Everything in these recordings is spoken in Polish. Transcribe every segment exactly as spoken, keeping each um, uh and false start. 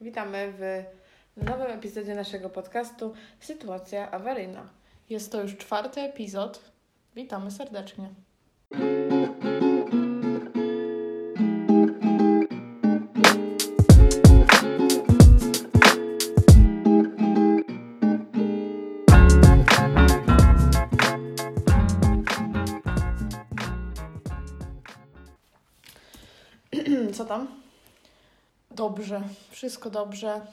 Witamy w nowym epizodzie naszego podcastu Sytuacja awaryjna. Jest to już czwarty epizod. Witamy serdecznie. Co tam? Dobrze, wszystko dobrze.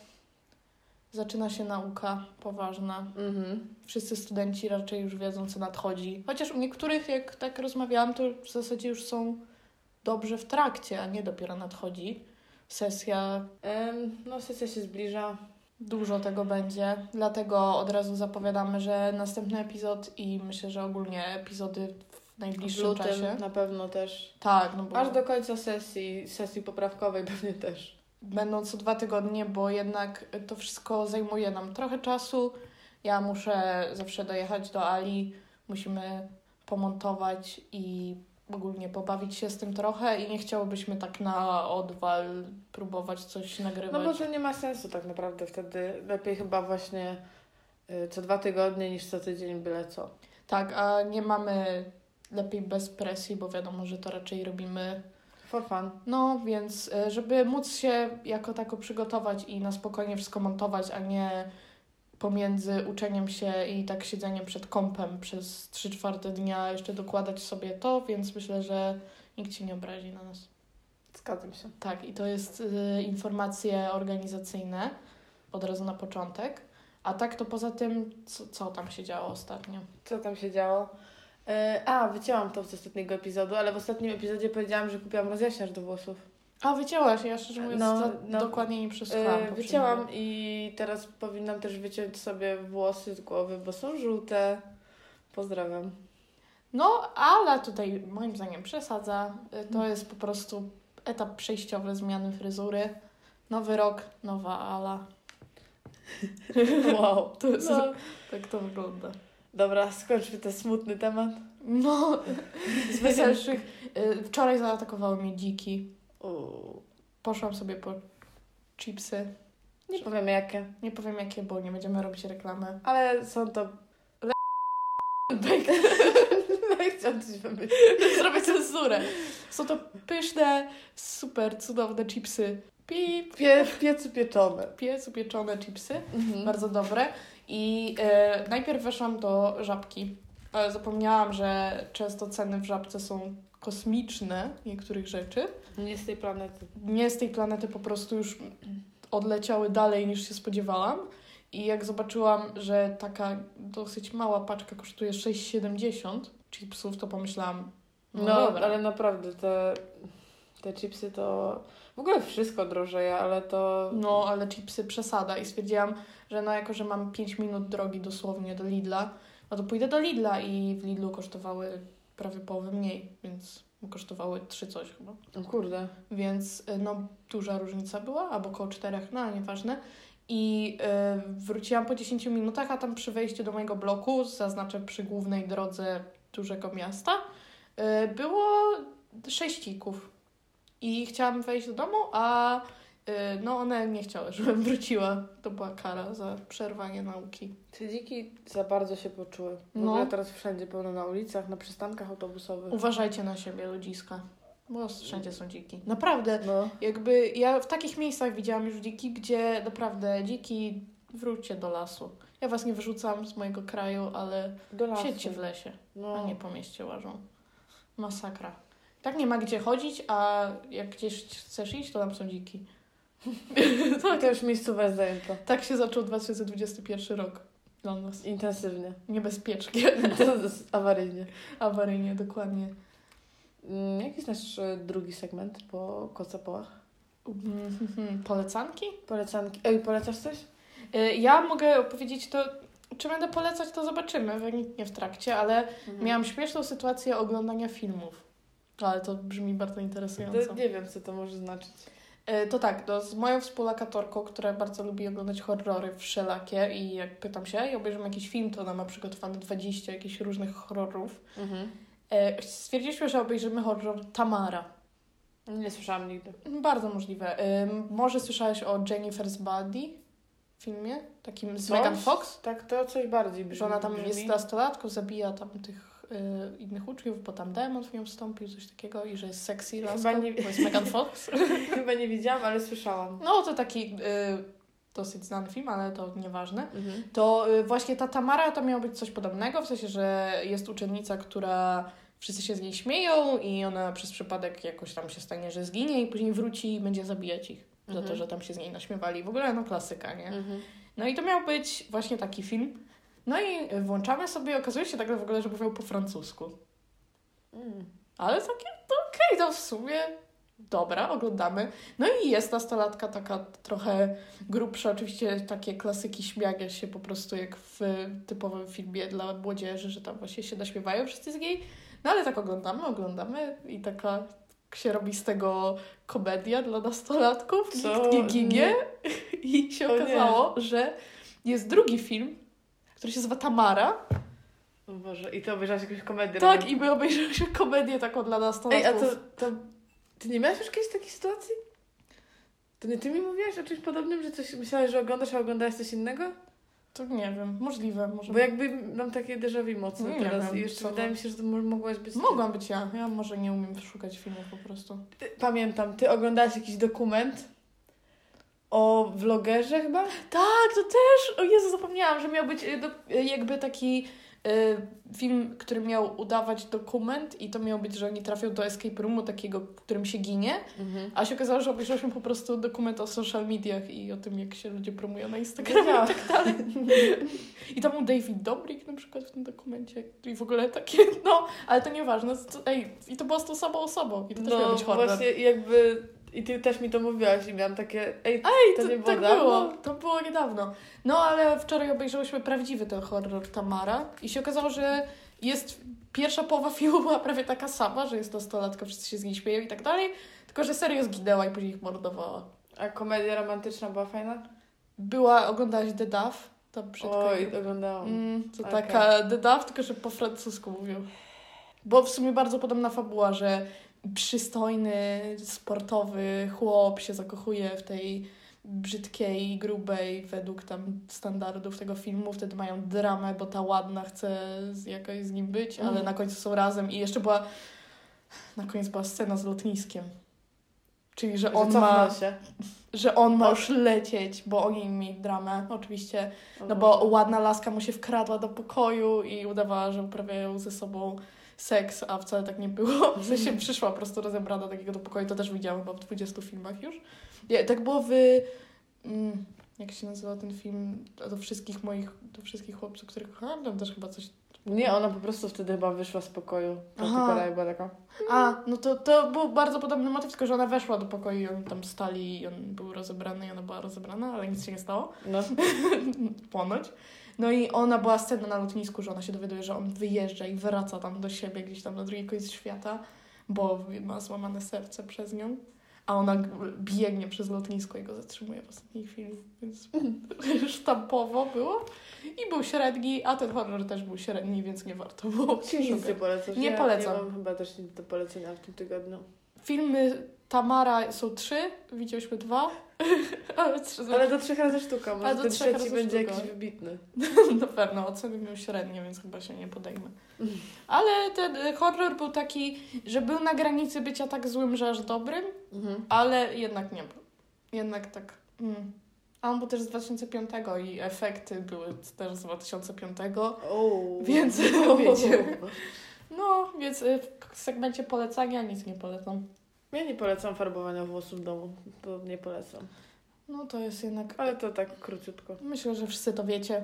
Zaczyna się nauka poważna. Mhm. Wszyscy studenci raczej już wiedzą, co nadchodzi. Chociaż u niektórych, jak tak rozmawiałam, to w zasadzie już są dobrze w trakcie, a nie dopiero nadchodzi. Sesja, Ym, no sesja się zbliża. dużo tego będzie. Dlatego od razu zapowiadamy, że następny epizod i myślę, że ogólnie epizody w W najbliższym lutym czasie. na pewno też. Tak, no bo Aż do końca sesji, sesji poprawkowej pewnie też. będą co dwa tygodnie, bo jednak to wszystko zajmuje nam trochę czasu. Ja muszę zawsze dojechać do Ali, musimy pomontować i ogólnie pobawić się z tym trochę i nie chciałobyśmy tak na odwal próbować coś nagrywać. No bo to nie ma sensu tak naprawdę wtedy. Lepiej chyba właśnie y, co dwa tygodnie niż co tydzień byle co. Tak, a nie mamy lepiej bez presji, bo wiadomo, że to raczej robimy. For fun. No, więc y, żeby móc się jako tako przygotować i na spokojnie wszystko montować, a nie pomiędzy uczeniem się i tak siedzeniem przed kompem przez trzy czwarte dnia jeszcze dokładać sobie to, więc myślę, że nikt się nie obrazi na nas. Zgadzam się. Tak, i to jest y, informacje organizacyjne od razu na początek. A tak to poza tym, co, co tam się działo ostatnio? Co tam się działo? Yy, a, wycięłam to z ostatniego epizodu, ale w ostatnim epizodzie powiedziałam, że kupiłam rozjaśniacz do włosów. A, wycięłaś, ja szczerze mówiąc No, za, no, dokładnie nie przesłuchałam. Yy, wycięłam i teraz powinnam też wyciąć sobie włosy z głowy, bo są żółte. Pozdrawiam. No, ale tutaj moim zdaniem przesadza. Y, To jest po prostu etap przejściowy zmiany fryzury. Nowy rok, nowa Ala. Wow. To jest, No. tak to wygląda. Dobra, skończmy ten smutny temat. No, z weselszych. Y, Wczoraj zaatakowały mnie dziki. Uuu. Poszłam sobie po chipsy. Nie powiem jakie, Nie powiem jakie, bo nie będziemy robić reklamy. ale są to... Chciałam coś wymyślić. Zrobię cenzurę. Są to pyszne, super cudowne chipsy. Pip. Pie, w piecu pieczone. Piecu pieczone chipsy. Mhm. Bardzo dobre. I e, najpierw weszłam do Żabki, ale zapomniałam, że często ceny w Żabce są kosmiczne niektórych rzeczy. Nie z tej planety. Nie z tej planety, po prostu już odleciały dalej niż się spodziewałam. I jak zobaczyłam, że taka dosyć mała paczka kosztuje sześć siedemdziesiąt chipsów, to pomyślałam, no, No, dobra. ale naprawdę te, te chipsy to... W ogóle wszystko drożeje, ale to... No, ale chipsy przesada i stwierdziłam, że no jako, że mam pięć minut drogi dosłownie do Lidla, no to pójdę do Lidla i w Lidlu kosztowały prawie połowę mniej, więc kosztowały trzy coś chyba. O kurde. Więc no duża różnica była, albo około czterech, no ale nieważne. I y, wróciłam po dziesięciu minutach, a tam przy wejściu do mojego bloku, zaznaczę przy głównej drodze dużego miasta, y, było sześcików. I chciałam wejść do domu, a y, no one nie chciały, żebym wróciła. To była kara za przerwanie nauki. Te dziki za bardzo się poczuły. W No. ogóle teraz wszędzie pełno na ulicach, na przystankach autobusowych. Uważajcie na siebie, ludziska, bo wszędzie są dziki. Naprawdę, No. jakby ja w takich miejscach widziałam już dziki, gdzie naprawdę dziki, wróćcie do lasu. Ja was nie wyrzucam z mojego kraju, ale Do lasu. siedźcie w lesie, No. a nie po mieście łażą. Masakra. Tak nie ma gdzie chodzić, a jak gdzieś chcesz iść, to tam są dziki. Tak. To już miejscówka jest zajęta. Tak się zaczął dwa tysiące dwudziesty pierwszy rok dla nas. Intensywnie. Niebezpiecznie. To jest awaryjnie. Awaryjnie, dokładnie. Mm, Jaki jest nasz e, drugi segment po kocapołach? Mhm. Polecanki? Polecanki. Ej, polecasz coś? Y, Ja mogę opowiedzieć to, czy będę polecać, to zobaczymy, wyniknie w trakcie, ale Mhm. miałam śmieszną sytuację oglądania filmów. Ale to brzmi bardzo interesująco. To nie wiem, co to może znaczyć. Y, To tak, to z moją współlokatorką, która bardzo lubi oglądać horrory wszelakie i jak pytam się, i obejrzymy jakiś film, to ona ma przygotowane dwadzieścia jakichś różnych horrorów. Mhm. Y, Stwierdziliśmy, że obejrzymy horror Tamara. Nie słyszałam nigdy. Bardzo możliwe. Ym, może słyszałeś o Jennifer's Body filmie? Takim z Coś? Megan Fox? Tak, to coś bardziej brzmi. Że ona tam brzmi. jest nastolatką, zabija tam tych y, innych uczniów, bo tam demon w nią wstąpił, coś takiego i że jest sexy laską, Chyba nie- bo jest Megan Fox. Chyba nie widziałam, ale słyszałam. No to taki y, dosyć znany film, ale to nieważne. Mhm. To y, właśnie ta Tamara to miało być coś podobnego, w sensie, że jest uczennica, która wszyscy się z niej śmieją i ona przez przypadek jakoś tam się stanie, że zginie i później wróci i będzie zabijać ich za to, Mhm. że tam się z niej naśmiewali. W ogóle no klasyka, nie? Mhm. No i to miał być właśnie taki film. No i włączamy sobie, okazuje się tak w ogóle, że mówią po francusku. Mm. Ale takie, to okej, to w sumie dobra, oglądamy. No i jest nastolatka taka trochę grubsza, oczywiście takie klasyki śmiania się po prostu jak w typowym filmie dla młodzieży, że tam właśnie się naśmiewają wszyscy z niej. No ale tak oglądamy, oglądamy i taka się robi z tego komedia dla nastolatków, Co? nikt nie ginie. I się O nie. okazało, że jest drugi film, który się nazywa Tamara. O Boże, i ty obejrzałaś jakąś komedię. Tak, robią- i my obejrzyliśmy komedię taką dla Ej, nastolatków. a to, to... Ty nie miałaś już kiedyś takiej sytuacji? To nie ty mi mówiłaś o czymś podobnym, że coś myślałaś, że oglądasz, a oglądałaś coś innego? To nie wiem, możliwe. Może... Bo jakby mam takie déjà vu mocno Nie teraz wiem, i jeszcze co wydaje to- mi się, że to mo- mogłaś być ty. Mogłam być ja. Ja może nie umiem szukać filmów po prostu. Ty, pamiętam, ty oglądałaś jakiś dokument o vlogerze chyba? Tak, to też! O Jezu, zapomniałam, że miał być y, do, y, jakby taki y, film, który miał udawać dokument i to miał być, że oni trafią do escape roomu takiego, w którym się ginie, Mhm. a się okazało, że obejrzeliśmy po prostu dokument o social mediach i o tym, jak się ludzie promują na Instagramie Wiedziałam. i tak dalej. I tam był David Dobrik na przykład w tym dokumencie i w ogóle takie, no, ale to nieważne. To, ej, i to było z tą samą osobą i to też miał No być horror. właśnie jakby... I ty też mi to mówiłaś i miałam takie... Ej, Ej, to to, nie było tak dawno? było. To było niedawno. No, ale wczoraj obejrzałyśmy prawdziwy ten horror Tamara i się okazało, że jest pierwsza połowa filmu była prawie taka sama, że jest nastolatka, wszyscy się z niej śmieją i tak dalej, tylko że serio zginęła i później ich mordowała. A komedia romantyczna była fajna? Była, oglądałaś The Dove? Tam przed Oj, końcem. oglądałam. Mm, to Okej. taka The Dove, tylko że po francusku mówią. Bo w sumie bardzo podobna fabuła, że przystojny, sportowy chłop się zakochuje w tej brzydkiej, grubej, według tam standardów tego filmu. Wtedy mają dramę, bo ta ładna chce z, jakoś z nim być, ale Mhm. na końcu są razem. I jeszcze była, na koniec była scena z lotniskiem. Czyli, że on Że ma, cofnął się. że on ma już lecieć, bo oni mieli dramę, oczywiście. O No Boże. bo ładna laska mu się wkradła do pokoju i udawała, że uprawiają ze sobą seks, a wcale tak nie było. W sensie przyszła po prostu rozebrana do takiego do pokoju, to też widziałam chyba w dwudziestu filmach już. Nie, tak było w... Mm, jak się nazywa ten film? Do wszystkich moich, do wszystkich chłopców, których kochałam, tam też chyba coś... Nie, ona po prostu wtedy chyba wyszła z pokoju. Ta Aha. typera była taka... A, no to, to był bardzo podobny motyw, tylko że ona weszła do pokoju i oni tam stali i on był rozebrany i ona była rozebrana, ale nic się nie stało. No. Ponoć. No i ona była scena na lotnisku, że ona się dowiaduje, że on wyjeżdża i wraca tam do siebie gdzieś tam na drugi koniec świata, bo ma złamane serce przez nią. A ona g- biegnie przez lotnisko i go zatrzymuje w ostatniej chwili. Więc sztampowo było. I był średni, a ten horror też był średni, więc nie warto było Ci nic nie szukać. polecasz. Nie ja polecam. Nie mam chyba też nic do polecenia w tym tygodniu. Filmy Tamara są trzy, widzieliśmy dwa. Ale trzy Ale do trzech razy sztuka. Może Ale do ten trzech trzeci razy będzie sztuka. jakiś wybitny. Na pewno, oceny miał średnie, więc chyba się nie podejmę. Ale ten y, horror był taki, że był na granicy bycia tak złym, że aż dobrym, Mhm. ale jednak nie był. Jednak tak... Mm. A on był też z dwa tysiące piątego i efekty były też z dwa tysiące piątego. O. Więc wiecie. No, więc y, w segmencie polecania nic nie polecam. Ja nie polecam farbowania włosów w domu. To nie polecam. No to jest jednak... Ale to tak króciutko. Myślę, że wszyscy to wiecie.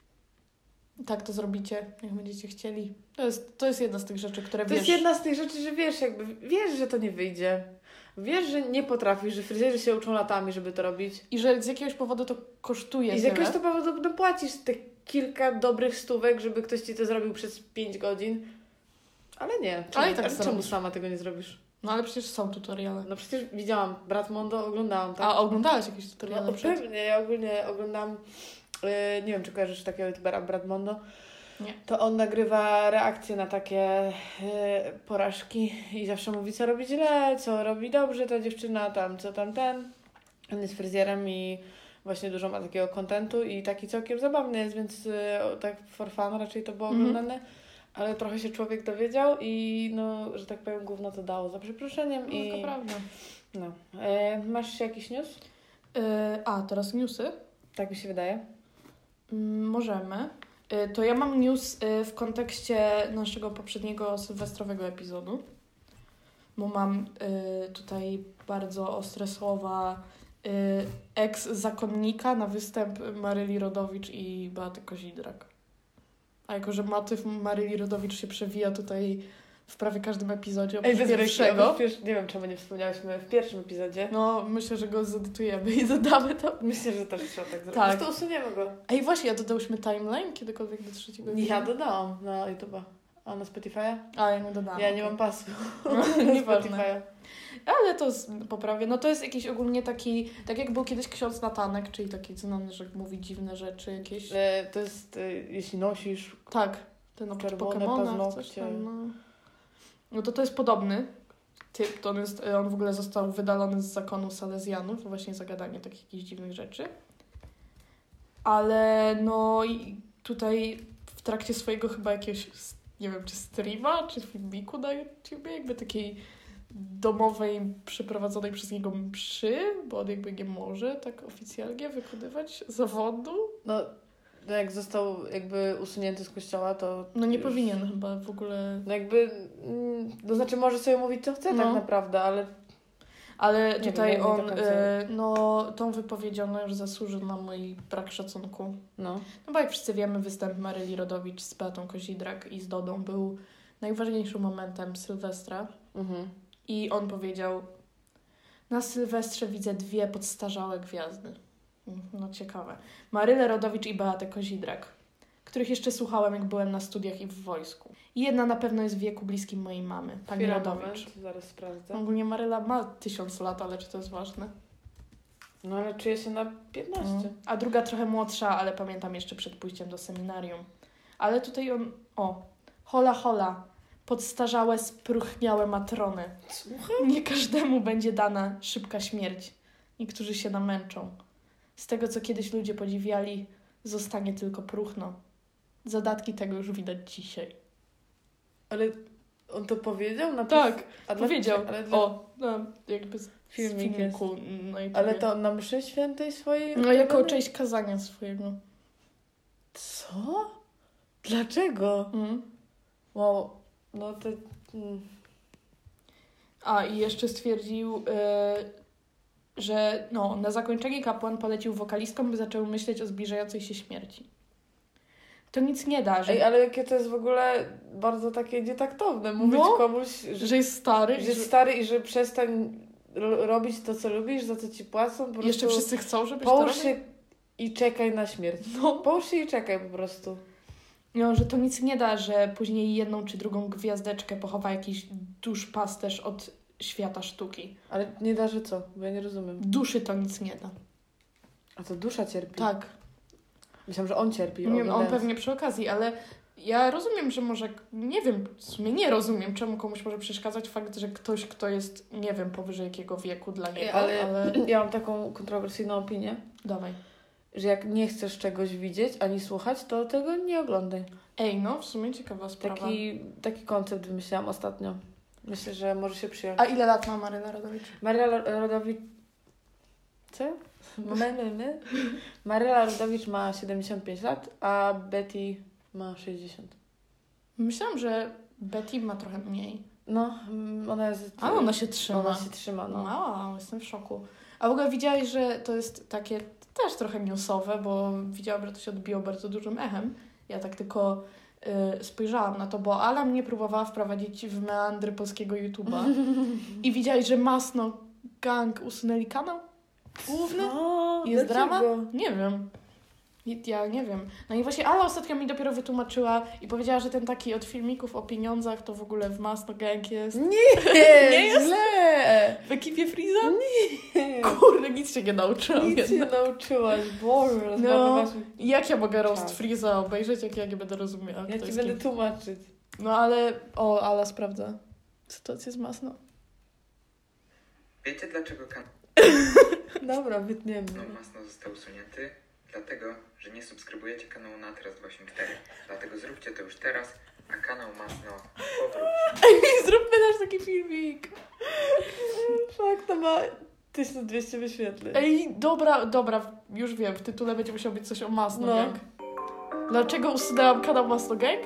Tak to zrobicie, jak będziecie chcieli. To jest, to jest jedna z tych rzeczy, które To wiesz... jest jedna z tych rzeczy, że wiesz, jakby wiesz, że to nie wyjdzie. Wiesz, że nie potrafisz, że fryzjerzy się uczą latami, żeby to robić. I że z jakiegoś powodu to kosztuje I z tyle. jakiegoś to powodu dopłacisz te kilka dobrych stówek, żeby ktoś ci to zrobił przez pięć godzin. Ale nie. Czemu, Ale i tak ale czemu zrobisz. sama tego nie zrobisz? No ale przecież są tutoriale. No przecież widziałam Brat Mondo, oglądałam, tak? A oglądałaś jakieś tutoriale No, przed? pewnie, ja ogólnie oglądam, yy, nie wiem, czy kojarzysz takiego youtubera Brat Mondo. Nie. To on nagrywa reakcje na takie y, porażki i zawsze mówi, co robi źle, co robi dobrze ta dziewczyna, tam, co tam ten. On jest fryzjerem i właśnie dużo ma takiego kontentu i taki całkiem zabawny jest, więc y, tak for fun raczej to było Mhm. oglądane. Ale trochę się człowiek dowiedział i no, że tak powiem, gówno to dało za przeproszeniem. No, I to prawda. no. E, masz jakiś news? Yy, a, teraz newsy. Tak mi się wydaje. Mm, Możemy. Y, To ja mam news y, w kontekście naszego poprzedniego sylwestrowego epizodu, bo mam y, tutaj bardzo ostre słowa y, ex-zakonnika na występ Maryli Rodowicz i Beaty Kozidrak. A jako, że motyw Maryli Rodowicz się przewija tutaj w prawie każdym epizodzie oprócz pierwszego, Pierwszy, nie wiem, czemu nie wspomniałyśmy w pierwszym epizodzie. no myślę, że go zedytujemy i dodamy to. Myślę, że też trzeba tak zrobić. Tak. Po prostu usuniemy go. Ej, właśnie, a dodałyśmy timeline kiedykolwiek do trzeciego Ja epizodu? dodałam na YouTube'a. A na Spotify'a? A, ja nie dodałam. Ja nie okej. mam pasu. Nieważne. Spotify'a. Ale to z- poprawię. No to jest jakiś ogólnie taki, tak jak był kiedyś ksiądz Natanek, czyli taki znany, że mówi dziwne rzeczy jakieś. E, To jest, e, jeśli nosisz... Tak, ten o Czerwone Pokemonach, coś paznokcie. tam, no. No to to jest podobny typ, to on, jest, on w ogóle został wydalony z zakonu Salezjanów, właśnie za gadanie takich jakichś dziwnych rzeczy. Ale no i tutaj w trakcie swojego chyba jakiegoś, nie wiem, czy streama, czy filmiku na YouTubie, jakby takiej domowej, przeprowadzonej przez niego mszy, bo on jakby nie może tak oficjalnie wykonywać zawodu. No, no jak został jakby usunięty z kościoła, to... No nie już- powinien chyba w ogóle. No jakby... mm, To znaczy może sobie mówić, co chce No. tak naprawdę, ale... Ale Nie tutaj wiem, jak mi on, do końca- e, no tą wypowiedzią no, już zasłużył na mój brak szacunku. No. No bo jak wszyscy wiemy, występ Maryli Rodowicz z Beatą Kozidrak i z Dodą był najważniejszym momentem Sylwestra. Mhm. I on powiedział, na Sylwestrze widzę dwie podstarzałe gwiazdy. Mm, No ciekawe. Marylę Rodowicz i Beatę Kozidrak, których jeszcze słuchałem, jak byłem na studiach i w wojsku. I jedna na pewno jest w wieku bliskim mojej mamy, pani Chwila, Rodowicz. moment, zaraz sprawdzę. Ogólnie Maryla ma tysiąc lat, ale czy to jest ważne? No ale czuję się na piętnaście. Mm. A druga trochę młodsza, ale pamiętam jeszcze przed pójściem do seminarium. Ale tutaj on... O, hola hola, podstarzałe, spróchniałe matrony. Słucham? Nie każdemu będzie dana szybka śmierć. Niektórzy się namęczą. Z tego, co kiedyś ludzie podziwiali, zostanie tylko próchno. Zadatki tego już widać dzisiaj. Ale on to powiedział? Na Tak, A dla- powiedział. Ale, dla... O, no, jakby z Filmik z filmiku. No i ale to na mszy świętej swojej? No jako odprawiony? część kazania swojego. Co? Dlaczego? Mm. Wow, no to... Mm. A i jeszcze stwierdził, yy, że no, na zakończenie kapłan polecił wokalistkom, by zaczęły myśleć o zbliżającej się śmierci. To nic nie da, że, Ej, ale jakie to jest w ogóle bardzo takie nietaktowne. Mówić No, komuś, że, że jest stary. że i jest że stary i że przestań ro- robić to, co lubisz, za co ci płacą. Po prostu jeszcze wszyscy chcą, żebyś to połóż robił. się i czekaj na śmierć. No. Połóż się i czekaj po prostu. No, że to nic nie da, że później jedną czy drugą gwiazdeczkę pochowa jakiś duszpasterz od świata sztuki. Ale nie da, że co? Bo ja nie rozumiem. Duszy to nic nie da. A to dusza cierpi. Tak. Myślałam, że on cierpi. Nie wiem, on oglądając. pewnie przy okazji, ale ja rozumiem, że może, nie wiem, w sumie nie rozumiem, czemu komuś może przeszkadzać fakt, że ktoś, kto jest, nie wiem, powyżej jakiego wieku dla niego, ale, ale... ja mam taką kontrowersyjną opinię, Dawaj. że jak nie chcesz czegoś widzieć ani słuchać, to tego nie oglądaj. Ej, no, w sumie ciekawa sprawa. Taki, taki koncept wymyślałam ostatnio. Myślę, że może się przyjąć. A ile lat ma Maryla Rodowicz? Maryla Rodowicz... Co? My, my, my. Maryla Rodowicz ma siedemdziesiąt pięć lat, a Betty ma sześćdziesiąt. Myślałam, że Betty ma trochę mniej. No, mm, ona jest... A ona się trzyma. Ona się trzyma, no. Wow, jestem w szoku. A w ogóle widziałeś, że to jest takie też trochę newsowe, bo widziałam, że to się odbiło bardzo dużym echem. Ja tak tylko y, spojrzałam na to, bo Ala mnie próbowała wprowadzić w meandry polskiego YouTube'a. I widziałeś, że Masno Gang usunęli kanał główny? Co? Jest Dlaczego? drama? Nie wiem. Ja nie wiem. No i właśnie Ala ostatnio mi dopiero wytłumaczyła i powiedziała, że ten taki od filmików o pieniądzach to w ogóle w Masno Gang jest. Nie, Nie jest? źle. W ekipie Freeza? Nie. Kurde, nic się nie nauczyłam. Nic się jednak. nauczyłaś, Boże, No, rozmawiałaś. jak ja mogę roast Tak. Freeza obejrzeć, jak ja nie będę rozumiała, Ja kto ci jest będę kim. tłumaczyć. No ale, o, Ala sprawdza sytuację z Masno. Wiecie dlaczego kanał Dobra, wytniemy. Masno został usunięty? Dlatego, że nie subskrybujecie kanału Natras dwieście osiemdziesiąt cztery. Dlatego zróbcie to już teraz, a kanał Masno powróci. Ej, zróbmy nasz taki filmik. Fakt, to ma tysiąc dwieście wyświetleń. Ej, dobra, dobra, już wiem, w tytule będzie musiał być coś o Masno No. Gang. Dlaczego usunęłam kanał Masno Gang?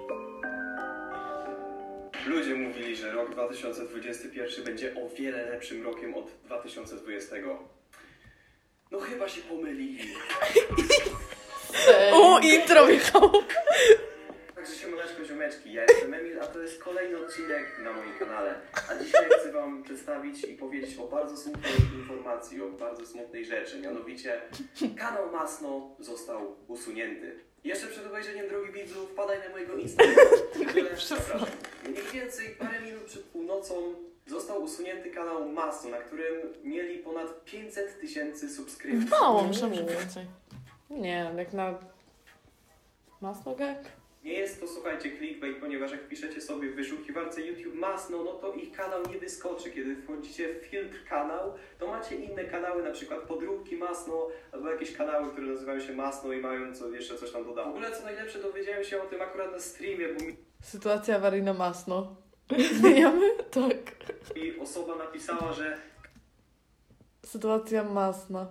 Ludzie mówili, że rok dwa tysiące dwudziesty pierwszy będzie o wiele lepszym rokiem od dwa tysiące dwudziestego. No chyba się pomylili. O, intro, Michał. Także siemaneczko, ziomeczki, ja jestem Emil, a to jest kolejny odcinek na moim kanale. A dzisiaj chcę wam przedstawić i powiedzieć o bardzo smutnej informacji, o bardzo smutnej rzeczy. Mianowicie kanał Masno został usunięty. Jeszcze przed obejrzeniem, drogi widzu, wpadaj na mojego Instagrama. Przepraszam. Mniej więcej parę minut przed północą został usunięty kanał Masno, na którym mieli ponad pięćset tysięcy subskrypcji. Mało, myślałam, że więcej. Nie, jak na Masno Gang? Nie jest to, słuchajcie, clickbait, ponieważ jak piszecie sobie w wyszukiwarce YouTube Masno, no to ich kanał nie wyskoczy. Kiedy wchodzicie w filtr kanał, to macie inne kanały, na przykład podróbki Masno, albo jakieś kanały, które nazywają się Masno i mają co, jeszcze coś tam dodało. W ogóle co najlepsze, dowiedziałem się o tym akurat na streamie, bo Sytuacja awaryjna Masno. Zmieniamy? Tak. mi osoba napisała, że Sytuacja Masna.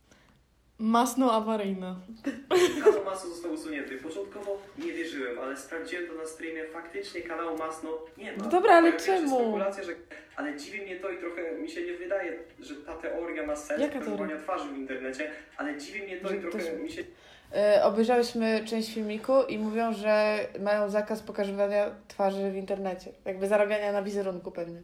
Masno awaryjna. kanał Masno został usunięty. Początkowo nie wierzyłem, ale sprawdziłem to na streamie. Faktycznie kanału Masno nie ma. No dobra, ale Pojawiła się czemu? spekulacja, że... Ale dziwi mnie to i trochę mi się nie wydaje, że ta teoria ma sens Jaka pokazywania teoria? twarzy w internecie, ale dziwi mnie to Że i trochę ktoś- mi się... E, obejrzałyśmy część filmiku i mówią, że mają zakaz pokazywania twarzy w internecie. Jakby zarabiania na wizerunku pewnie.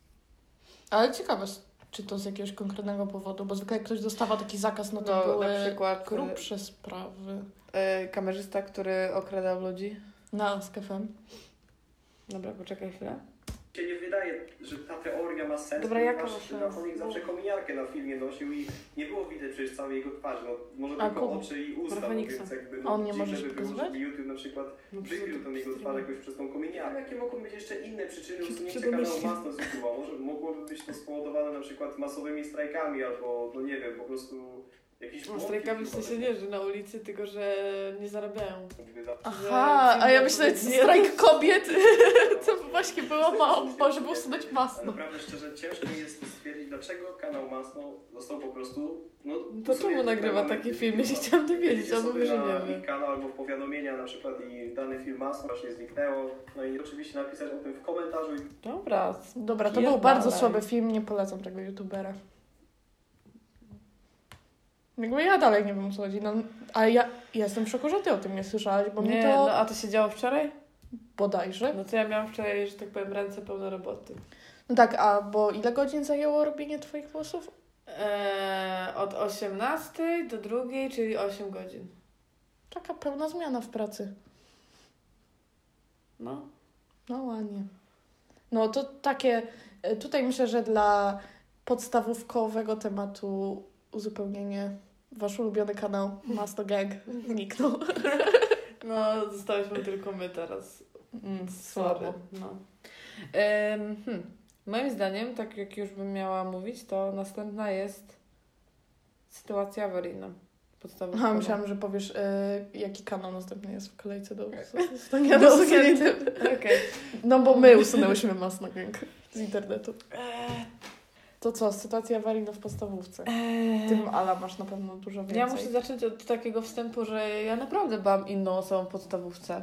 Ale ciekawe, czy to z jakiegoś konkretnego powodu, bo zwykle jak ktoś dostawał taki zakaz, no to No, były na przykład grubsze sprawy. e, kamerzysta, który okradał ludzi. Na Ask F M. Dobra, poczekaj chwilę. się nie wydaje, że ta teoria ma sens, Dobra, jaka ponieważ ma sens? Natomiast zawsze kominiarkę na filmie nosił i nie było widać przecież całej jego twarzy, no może A tylko kogo? oczy i usta, no, Profaniksa. więc jakby A on nie dziwne może się by było, pokazywać? żeby YouTube na przykład No, wykrył tą jego twarz jakoś przez tą kominiarkę. Jakie mogą być jeszcze inne przyczyny Czy- usunięcia czy kanału domyślił? Masno z YouTube'a? Może mogłoby być to spowodowane na przykład masowymi strajkami albo, no nie wiem, po prostu jakiś No, błąd strajkami w sensie YouTube'owy. nie, że na ulicy, tylko że nie zarabiają. Aha, a ja myślę, że Nie. strajk kobiet to właśnie było mało, może był usunąć Ale Masno. naprawdę szczerze, ciężko mi jest stwierdzić, dlaczego kanał Masno został po prostu. No, To czemu usunięty nagrywa kanał. takie filmy? Się chciałam dowiedzieć, on mówi, że na nie wie. ich kanał albo w powiadomienia na przykład i dany film Masno właśnie zniknęło. No i oczywiście napisać o tym w komentarzu. i Dobra. Dobra, to Pierdalaj. był bardzo słaby film, nie polecam tego youtubera. Jakby ja dalej nie wiem o co chodzi, no, ale ja, ja jestem w szoku, że ty o tym nie słyszałaś, bo Nie, mnie to no a to się działo wczoraj? bodajże. No to ja miałam wczoraj, że tak powiem, ręce pełne roboty. No tak, a bo ile godzin zajęło robienie twoich włosów? Eee, od osiemnastej do drugiej, czyli osiem godzin. Taka pełna zmiana w pracy. No. No ładnie. No to takie, e, tutaj myślę, że dla podstawówkowego tematu uzupełnienie wasz ulubiony kanał Masno Gang zniknął. No, zostałyśmy tylko my teraz. Mm, Sorry. słabo. No. Em, hmm. Moim zdaniem, tak jak już bym miała mówić, to następna jest sytuacja awaryjna. Podstawowa. Aha, myślałam, że powiesz, e, jaki kanał następny jest w kolejce do Do zostania do usunięcia. Okej. No bo my usunęłyśmy Masno Gang z internetu. Eee, To co, sytuacja awaryjna w podstawówce? eee, Tym Ala masz na pewno dużo więcej. Ja muszę zacząć od takiego wstępu, że ja naprawdę byłam inną osobą w podstawówce.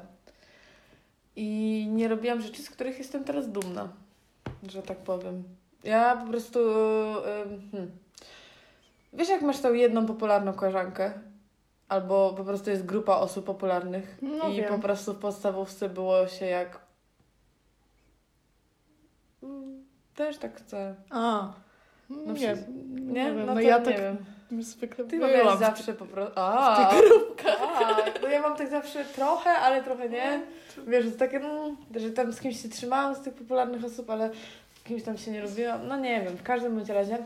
I nie robiłam rzeczy, z których jestem teraz dumna, że tak powiem. Ja po prostu... ym, hmm. Wiesz, jak masz tą jedną popularną koleżankę? Albo po prostu jest grupa osób popularnych No i wiem. po prostu w podstawówce było się jak... Mm, Też tak chcę. A, No nie, wszyscy- nie, Nie? wiem. No, No to ja nie tak wiem. zwykle Ty byłam miałeś w zawsze po prostu... tych A, grupkach. a, no ja mam tak zawsze trochę, ale trochę nie. Wiesz, to takie, no, że tam z kimś się trzymałam z tych popularnych osób, ale z kimś tam się nie lubiłam. No nie wiem, w każdym bądź razie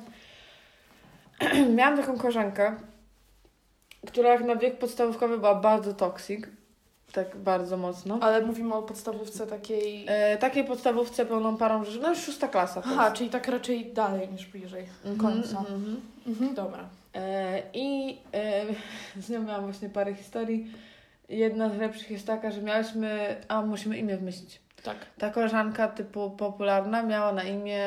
miałam taką koleżankę, która jak na wiek podstawówkowy była bardzo toxic. Tak bardzo mocno. Ale mówimy o podstawówce takiej... E, takiej podstawówce pełną parą rzeczy. No już szósta klasa. to Aha, jest. czyli tak raczej dalej niż bliżej Mhm, końca. mhm, mhm. Mhm, dobra. E, I e, z nią miałam właśnie parę historii. Jedna z lepszych jest taka, że miałyśmy... A, musimy imię wymyślić. Tak. Ta koleżanka typu popularna miała na imię...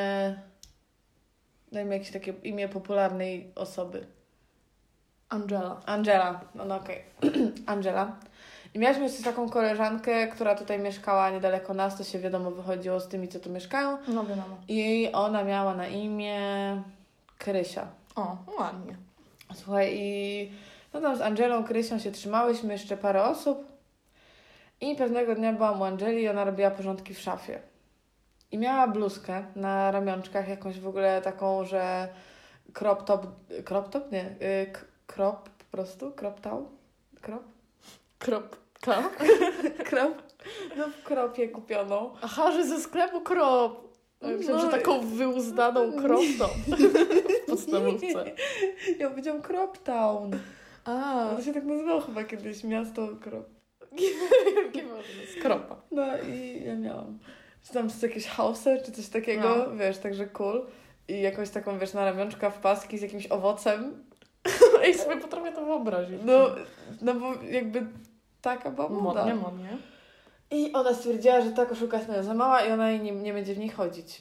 Dajmy jakieś takie imię popularnej osoby. Angela. Angela. No, no okej. Angela. I miałyśmy jeszcze taką koleżankę, która tutaj mieszkała niedaleko nas, to się wiadomo wychodziło z tymi, co tu mieszkają. No wiadomo. I ona miała na imię Krysia. O, ładnie. Słuchaj, i no tam z Angelą, Krysią się trzymałyśmy, jeszcze parę osób. I pewnego dnia byłam u Angeli i ona robiła porządki w szafie. I miała bluzkę na ramionczkach, jakąś w ogóle taką, że crop top, crop top? Nie, y, k- crop po prostu, crop top? Crop? Kropka. Crop? No w kropie kupioną. Aha, że ze sklepu krop. Myślałam, że No. taką wyuzdaną kropką w podstawówce. Ja powiedziałam Crop Town. A, To się tak nazywało chyba kiedyś, miasto Crop. jakie może z kropa. No i ja miałam. Czy tam z jakieś house'y, czy coś takiego, No. wiesz, także cool. I jakąś taką, wiesz, na ramionczka w paski z jakimś owocem. Ej, sobie potrafię to wyobrazić. No, no bo jakby taka była moda. modnie, modnie. I ona stwierdziła, że ta koszulka jest na nią za mała i ona jej nie, nie będzie w niej chodzić.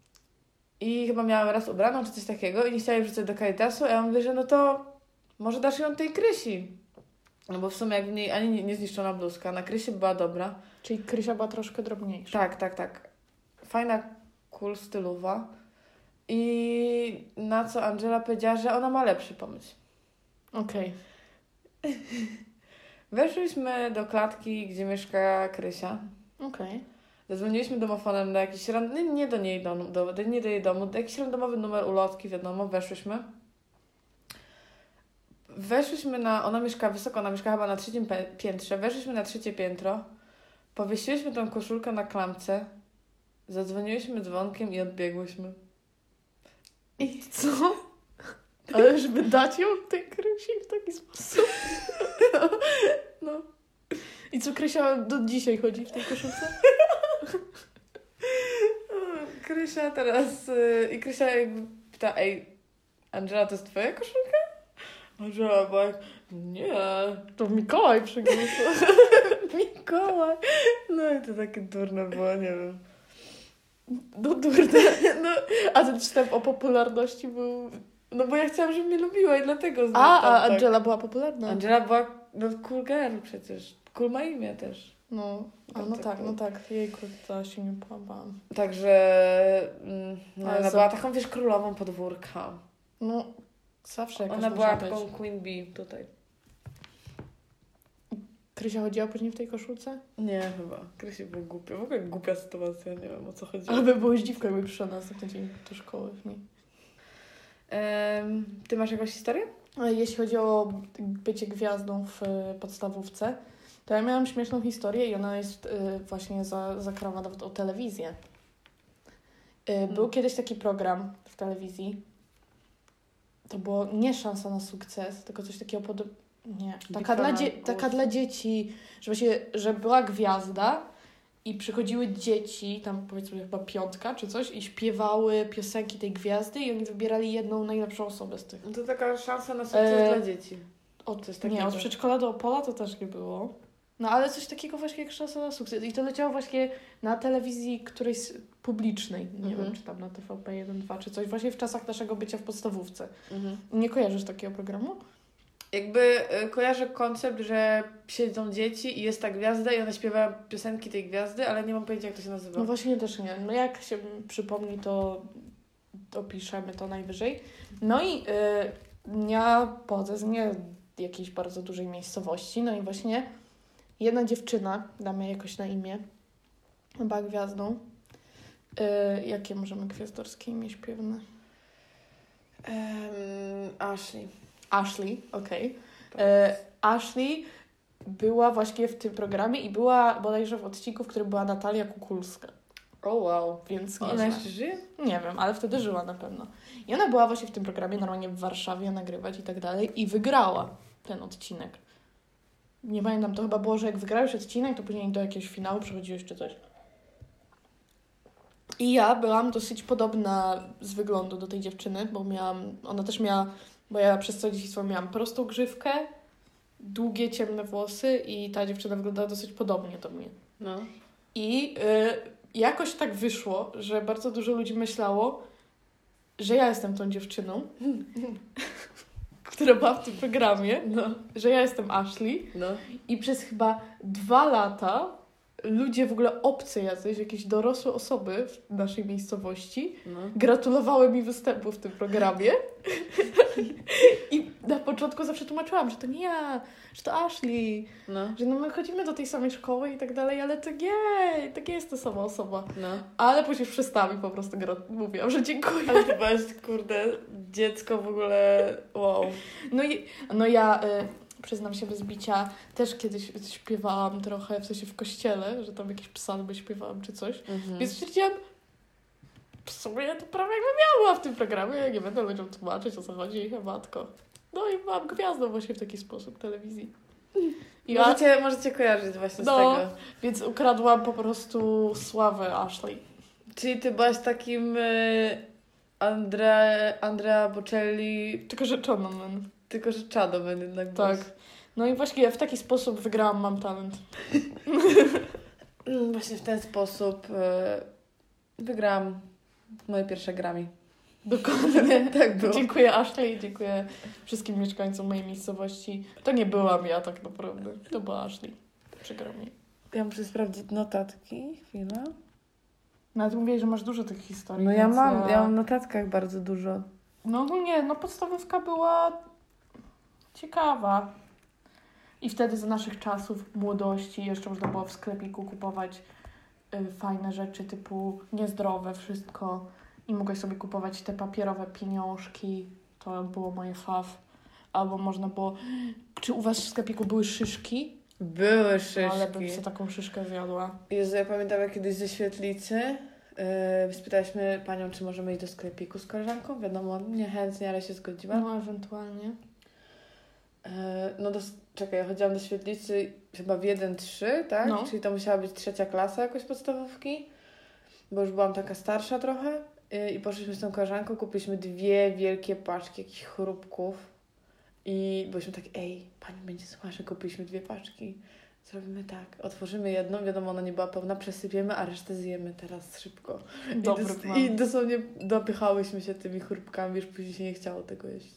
I chyba miała raz ubraną, czy coś takiego i nie chciała jej wrzucać do Caritasu, a ja mówię, że no to może dasz ją tej Krysi. No bo w sumie jak w niej ani nie, nie zniszczona bluzka, na Krysi była dobra. Czyli Krysia była troszkę drobniejsza. Tak, tak, tak. Fajna, cool, stylowa. I na co Angela powiedziała, że ona ma lepszy pomysł. Okej. Weszliśmy do klatki, gdzie mieszka Krysia. Okej. Zadzwoniliśmy domofonem do jakiś ran... nie, nie do niej, do, do, do, nie do jej domu, do jakiś randomowy numer ulotki, wiadomo, weszłyśmy. Weszłyśmy na... Ona mieszka wysoko, ona mieszka chyba na trzecim pe- piętrze. Weszliśmy na trzecie piętro. Powiesiłyśmy tą koszulkę na klamce. Zadzwoniłyśmy dzwonkiem i odbiegłyśmy. I co? Ale żeby dać ją tej Krysi w taki sposób. No. I co, Krysia do dzisiaj chodzi w tej koszulce? Krysia teraz... Yy, I Krysia jakby pyta, ej, Angela, to jest twoja koszulka? Angela była jak, nie, To Mikołaj przyniósł. Mikołaj. No i to takie durne było, nie wiem. No durne. No, a ten wstęp o popularności był... No bo ja chciałam, żeby mnie lubiła i dlatego A, znam a tak. Angela była popularna. Angela była no, cool girl przecież. Cool ma imię też. No, a no tak, no tak. Jejku, to się nie podobałam. Także mm, no, Ale ona za- była taką, wiesz, królową podwórka. No, zawsze jakaś Ona musi była być. taką queen bee tutaj. Krysia chodziła później w tej koszulce? Nie, chyba. Krysie było głupio. W ogóle głupia sytuacja, nie wiem o co chodziło. Ale by było zdziwko, jakby przyszła na następny dzień do szkoły w niej. Em, ty masz jakąś historię? Ale jeśli chodzi o bycie gwiazdą w y, podstawówce, to ja miałam śmieszną historię i ona jest y, właśnie za, zakrawa nawet o telewizję. Y, był kiedyś taki program w telewizji. To było nie Szansa na sukces, tylko coś takiego podobnego. Nie, taka dla, dzie- taka dla dzieci, że właśnie, że była gwiazda i przychodziły dzieci, tam powiedzmy chyba piątka czy coś, i śpiewały piosenki tej gwiazdy i oni wybierali jedną najlepszą osobę z tych. No to taka szansa na sukces E, dla dzieci. Od, Coś nie, takiego. od przedszkola do Opola to też nie było. No ale coś takiego właśnie jak Szansa na sukces. I to leciało właśnie na telewizji którejś publicznej. Nie Mhm. wiem, czy tam na T V P jeden, dwa, czy coś. Właśnie w czasach naszego bycia w podstawówce. Mhm. Nie kojarzysz takiego programu? Jakby y, kojarzę koncept, że siedzą dzieci i jest ta gwiazda i one śpiewają piosenki tej gwiazdy, ale nie mam pojęcia, jak to się nazywa. No właśnie też nie. No jak się przypomni, to opiszemy to najwyżej. No i y, ja pochodzę z nie jakiejś bardzo dużej miejscowości. No i właśnie jedna dziewczyna, damy jej jakoś na imię, była gwiazdą. Y, jakie możemy gwiazdorskie imię śpiewne? Em, Ashley. Ashley, okej. Okay. Ashley była właśnie w tym programie i była bodajże w odcinku, w którym była Natalia Kukulska. O oh, wow. Więc Ona nieźle. jeszcze żyje? Nie wiem, ale wtedy żyła na pewno. I ona była właśnie w tym programie, normalnie w Warszawie nagrywać i tak dalej i wygrała ten odcinek. Nie pamiętam, to chyba było, że jak wygrałeś odcinek, to później do jakiegoś finału przechodziłeś czy coś. I ja byłam dosyć podobna z wyglądu do tej dziewczyny, bo miałam, ona też miała, bo ja przez całe dzieciństwo miałam prostą grzywkę, długie, ciemne włosy i ta dziewczyna wyglądała dosyć podobnie do mnie. No. I y, jakoś tak wyszło, że bardzo dużo ludzi myślało, że ja jestem tą dziewczyną, która była w tym programie, No. że ja jestem Ashley No. i przez chyba dwa lata ludzie w ogóle obcy jacyś, jakieś dorosłe osoby w naszej miejscowości No. gratulowały mi występu w tym programie. I na początku zawsze tłumaczyłam, że to nie ja, że to Ashley, No. że no my chodzimy do tej samej szkoły i tak dalej, ale to nie, to nie jest ta sama osoba. No. Ale później przestałam i po prostu gra- mówiłam, że dziękuję. Ale ty byłaś, kurde, dziecko w ogóle, wow. No i no ja y, przyznam się bez bicia, też kiedyś śpiewałam trochę, w sensie w kościele, że tam jakieś psalmy śpiewałam czy coś. Mhm. Więc stwierdziłam, w sumie to prawie jakbym ja była w tym programie, ja nie będę ludziom tłumaczyć, o co chodzi, matko. No i byłam gwiazdą właśnie w taki sposób telewizji. I ja, Możecie, możecie kojarzyć właśnie No. z tego. więc ukradłam po prostu sławę Ashley. Czyli ty byłaś takim y, Andre, Andrea Bocelli, Tylko rzeczono, man. tylko że Chadoman jednak Tak. byłaś. No i właśnie w taki sposób wygrałam Mam Talent. Mm, Właśnie w ten sposób y, wygrałam moje pierwsze Grammy. Dokładnie. Tak było. Dziękuję Ashley, dziękuję wszystkim mieszkańcom mojej miejscowości. To nie byłam ja tak naprawdę, to była Ashley. Przykro mi. Ja muszę sprawdzić notatki. Chwila. Nawet mówiłeś, że masz dużo tych historii. No ja więc mam, ja mam w notatkach bardzo dużo. No ogólnie, no podstawówka była ciekawa. I wtedy za naszych czasów, młodości, jeszcze można było w sklepiku kupować y, fajne rzeczy typu niezdrowe, wszystko. I mogłeś sobie kupować te papierowe pieniążki. To było moje faw. Albo można było... Czy u was w sklepiku były szyszki? Były szyszki. Ale bym sobie taką szyszkę zjadła. Jezu, ja pamiętam jak kiedyś ze Świetlicy yy, spytaliśmy panią, czy możemy iść do sklepiku z koleżanką. Wiadomo, niechętnie, ale się zgodziła. No ewentualnie. Yy, no do, czekaj, ja chodziłam do Świetlicy chyba w jeden trzy, tak? No. Czyli to musiała być trzecia klasa jakoś podstawówki, bo już byłam taka starsza trochę. Yy, I poszliśmy z tą koleżanką, kupiliśmy dwie wielkie paczki jakichś chrupków. I byliśmy tak, ej, pani będzie słuchała, że kupiliśmy dwie paczki. Zrobimy tak, otworzymy jedną, wiadomo, ona nie była pełna, przesypiemy, a resztę zjemy teraz szybko. Dobry I, dos- plan. I dosłownie dopychałyśmy się tymi chrupkami, już później się nie chciało tego jeść.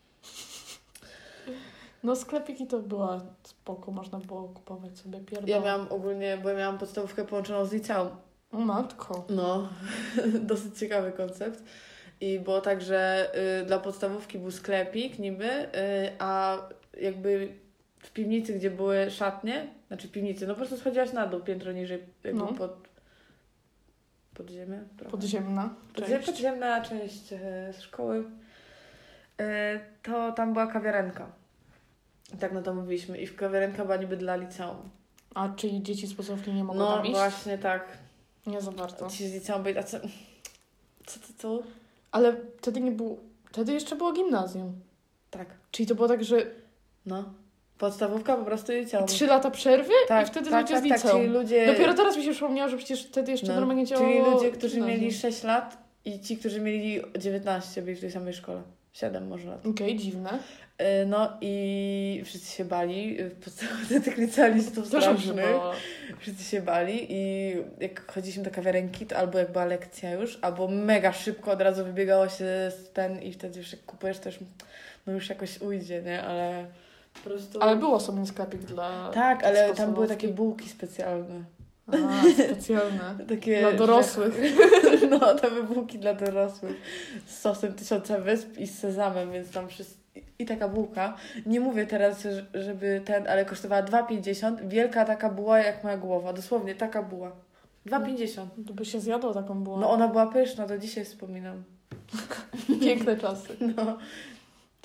No sklepiki to była spoko, można było kupować sobie pierdolę. Ja miałam ogólnie, bo ja miałam podstawówkę połączoną z liceum. O matko. No, dosyć ciekawy koncept. I było tak, że y, dla podstawówki był sklepik niby, y, a jakby w piwnicy, gdzie były szatnie, znaczy w piwnicy, no po prostu schodziłaś na dół, piętro niżej, jakby No. pod, pod ziemię. Trochę. Podziemna Podzie- część. Podziemna część y, szkoły. Y, to tam była kawiarenka. I tak no to mówiliśmy. I w kawiarenka była niby dla liceum. A czyli dzieci z podstawówki nie mogą No tam iść? właśnie tak. Nie za bardzo. Ci z liceum byli, a co? Co, co, co? Ale wtedy nie było... Wtedy jeszcze było gimnazjum. Tak. Czyli to było tak, że No. Podstawówka po prostu liceum. trzy lata przerwy Tak, i wtedy tak, ludzie tak, z tak, liceum. czyli ludzie... Dopiero teraz mi się przypomniało, że przecież wtedy jeszcze no, normalnie działało czyli ludzie, którzy gimnazjum. mieli sześć lat i ci, którzy mieli dziewiętnaście, byli w tej samej szkole. siedem może lat. Okej, okay, dziwne. Yy, No i wszyscy się bali. W podstawce tych licealistów Też mi się strasznych. bała. Wszyscy się bali i jak chodziliśmy do kawiarenki, to albo jak była lekcja już, albo mega szybko od razu wybiegało się z ten i wtedy już jak kupujesz też, no już jakoś ujdzie, nie? Ale po prostu... Ale był osobny sklepik dla... Tak, ale tam były podstawówki. takie bułki specjalne. A, specjalne. Takie, Dla dorosłych. Że, no, to były bułki dla dorosłych. Z sosem tysiąca wysp i z sezamem, więc tam wszyscy... I taka bułka. Nie mówię teraz, że- żeby ten, ale kosztowała dwa pięćdziesiąt. Wielka taka buła jak moja głowa. Dosłownie taka buła. dwa pięćdziesiąt. To by się zjadło taką bułę. No ona była pyszna, to dzisiaj wspominam. Piękne czasy. No.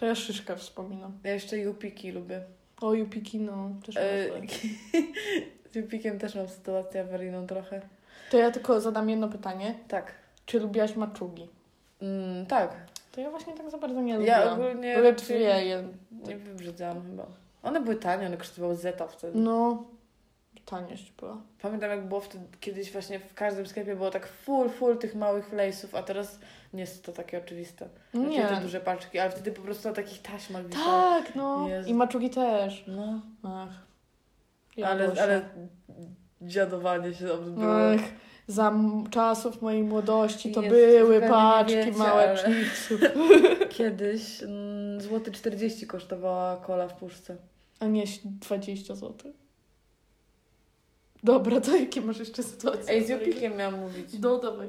To ja szyszkę wspominam. Ja jeszcze Jupiki lubię. O, Jupiki, no. Też E, mam Z Jupikiem też mam sytuację awaryjną trochę. To ja tylko zadam jedno pytanie. Tak. Czy lubiłaś maczugi? Mm, tak. To ja właśnie tak za bardzo nie Ja lubiłam. ogólnie Lecz raczej wie, je... nie wybrzydzałam chyba. One były tanie, one kosztowały zeta wtedy. No, taniość była. Pamiętam jak było wtedy, kiedyś właśnie w każdym sklepie było tak full, full tych małych lejsów, a teraz nie jest to takie oczywiste. No Znaczy, nie. te duże paczki, ale wtedy po prostu na takich taśmach wisały. Tak, no. Jezu. I maczugi też. No, Ach. ale, Jadło się. ale dziadowanie się odbyło. Ach, za m- czasów mojej młodości to Jezu, były pewnie paczki wiecie, małe ale- chipsów. Kiedyś mm, złoty czterdzieści kosztowała kola w puszce. A nie dwadzieścia złotych. Dobra, to jakie masz jeszcze sytuacje? Ej, z Jupikiem miałam mówić. No, dawaj.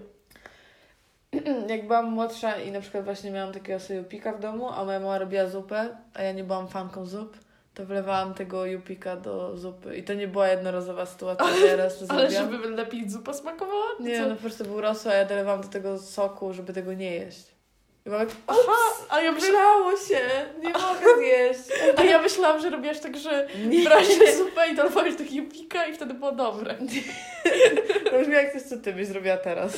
Jak byłam młodsza i na przykład właśnie miałam takiego sobie Jupika w domu, a moja mama robiła zupę, a ja nie byłam fanką zup, to wlewałam tego Jupika do zupy. I to nie była jednorazowa sytuacja, że ja raz to Ale zrobiłam. żeby lepiej zupa smakowała? Czy Nie, co? no po prostu był rosół, a ja dolewałam do tego soku, żeby tego nie jeść. I mam jak, Aha, a ja, myśla... wylało się, nie mogę zjeść. a ja myślałam, że robiłaś tak, że Nie. brałaś zupę i dolewałeś do Jupika i wtedy było dobre. To brzmi jak coś, co ty byś zrobiła teraz.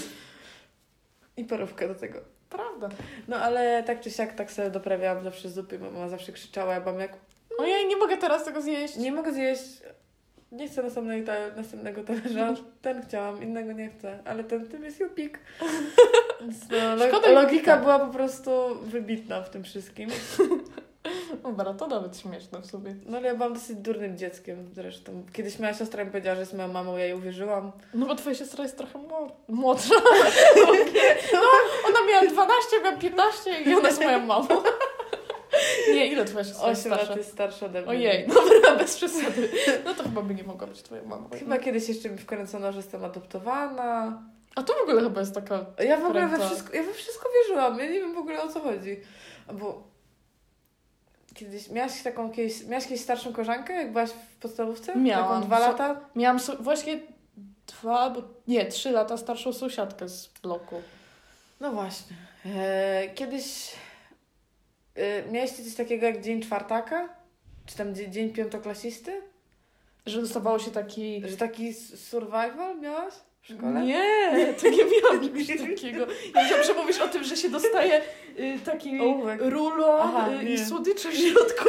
I parówkę do tego. Prawda. No ale tak czy siak tak sobie doprawiałam zawsze zupy. Mama zawsze krzyczała, ja byłam jak, Ojej, nie mogę teraz tego zjeść. nie mogę zjeść, nie chcę następnego, ta- następnego talerza. Ten chciałam, innego nie chcę, ale ten tym jest Jupik. Więc no, lo- Szkoda logika Jupika. była po prostu wybitna w tym wszystkim. Dobra, to nawet śmieszne w sobie. No ale ja byłam dosyć durnym dzieckiem zresztą. Kiedyś moja siostra mi powiedziała, że jest moją mamą, ja jej uwierzyłam. No bo twoja siostra jest trochę młod- młodsza. No, ona miała dwanaście, miała piętnaście i ona jest moją mamą. Nie, ile twoja siostra jest osiem lat starsza? jest starsza ode mnie. Ojej, dobra, bez przesady. No to chyba by nie mogła być twoją mamą. Chyba kiedyś jeszcze mi wkręcono, że jestem adoptowana. A to w ogóle chyba jest taka... Ja w ogóle we Wkręca. wszystko, ja we wszystko wierzyłam. Ja nie wiem w ogóle o co chodzi. Bo kiedyś miałaś taką kiedyś, miałaś kiedyś starszą koleżankę, jak byłaś w podstawówce? Miałam. Taką dwa So- lata? Miałam so- właśnie dwa, bo nie, trzy lata starszą sąsiadkę z bloku. No właśnie. E, kiedyś e, miałyście coś takiego jak dzień czwartaka? Czy tam dzie- dzień piątoklasisty? Że dostawało się taki... Że taki s- survival miałaś w szkole? Nie, to nie miałam czegoś takiego. Ja myślałam, że mówisz o tym, że się dostaje y, taki Ołówek. rulon Aha, y, nie. i słodycze w środku.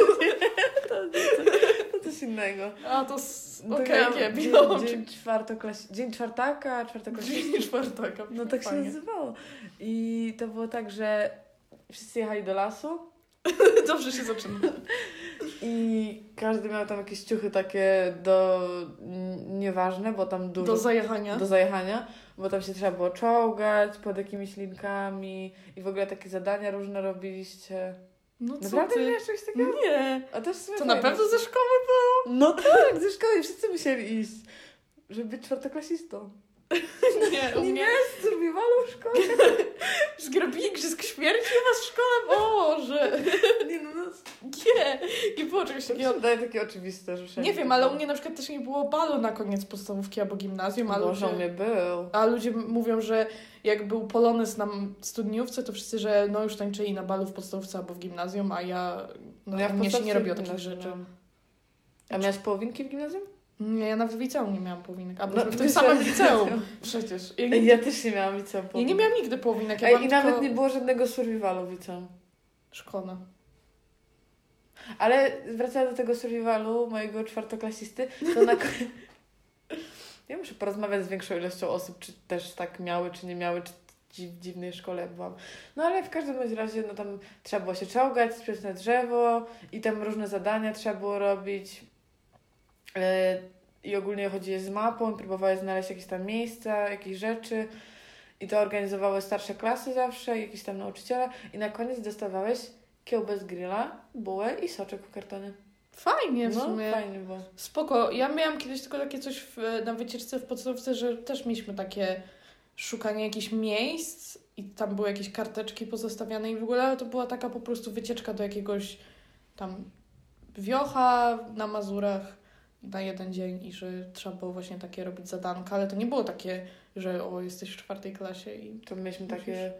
To coś innego. A to... s- To Okej, miałam nie, dzień, miałam dzień, czwartoklas... dzień czwartaka, czwartoklasisty. dzień czwartaka. No tak się Fajnie. nazywało. I to było tak, że wszyscy jechali do lasu Dobrze się zaczyna. i każdy miał tam jakieś ciuchy takie do... n- nieważne, bo tam dużo... Do zajechania. do zajechania, bo tam się trzeba było czołgać pod jakimiś linkami i w ogóle takie zadania różne robiliście. No co Naprawdę ty? miałeś coś takiego? Nie. A też w sumie To na fajne. pewno ze szkoły było? No tak, ze szkoły wszyscy musieli iść, żeby być czwartoklasistą. Nie, u Nie mnie miałeś survivalu w szkole? zgrabili grzysk śmierci u was w szkole? Boże. Nie no, no Nie, nie było czegoś to mi takiego. się wydaje takie oczywiste, że wszędzie Nie wiem, ale u mnie na przykład też nie było balu na koniec podstawówki albo gimnazjum, a Boże, u ludzie, mnie był. a ludzie mówią, że jak był polonez na studniówce, to wszyscy, że no już tańczyli na balu w podstawówce albo w gimnazjum, a ja, no, ja u w mnie się podstawce nie robiło w takich gimnazjum rzeczy. miałam. A miałaś połowinki w gimnazjum? Nie, ja nawet w liceum nie miałam połowinek, a No, byliśmy w tym ty samym się- liceum przecież. Ja, Ej, ja też nie miałam liceum ja nie połowinek. miałam nigdy połowinek, ja Ej, byłam i nawet tylko... nie było żadnego survivalu w liceum. Szkoda. Ale wracając do tego survivalu mojego czwartoklasisty, to na koniec... Ja muszę porozmawiać z większą ilością osób, czy też tak miały, czy nie miały, czy dzi- w dziwnej szkole jak byłam. No ale w każdym bądź razie, no tam trzeba było się czołgać, spiąć na drzewo i tam różne zadania trzeba było robić. Yy, I ogólnie chodziłeś z mapą i próbowałeś znaleźć jakieś tam miejsca, jakieś rzeczy. I to organizowały starsze klasy zawsze, jakieś tam nauczyciele. I na koniec dostawałeś kiełbę z grilla, bułę i soczek w kartonie. Fajnie w No, sumie. fajnie było. Spoko. Ja miałam kiedyś tylko takie coś w, na wycieczce w podstawówce, że też mieliśmy takie szukanie jakichś miejsc i tam były jakieś karteczki pozostawiane i w ogóle ale to była taka po prostu wycieczka do jakiegoś tam wiocha na Mazurach na jeden dzień i że trzeba było właśnie takie robić zadanka, ale to nie było takie, że o, jesteś w czwartej klasie i To mieliśmy Musisz. takie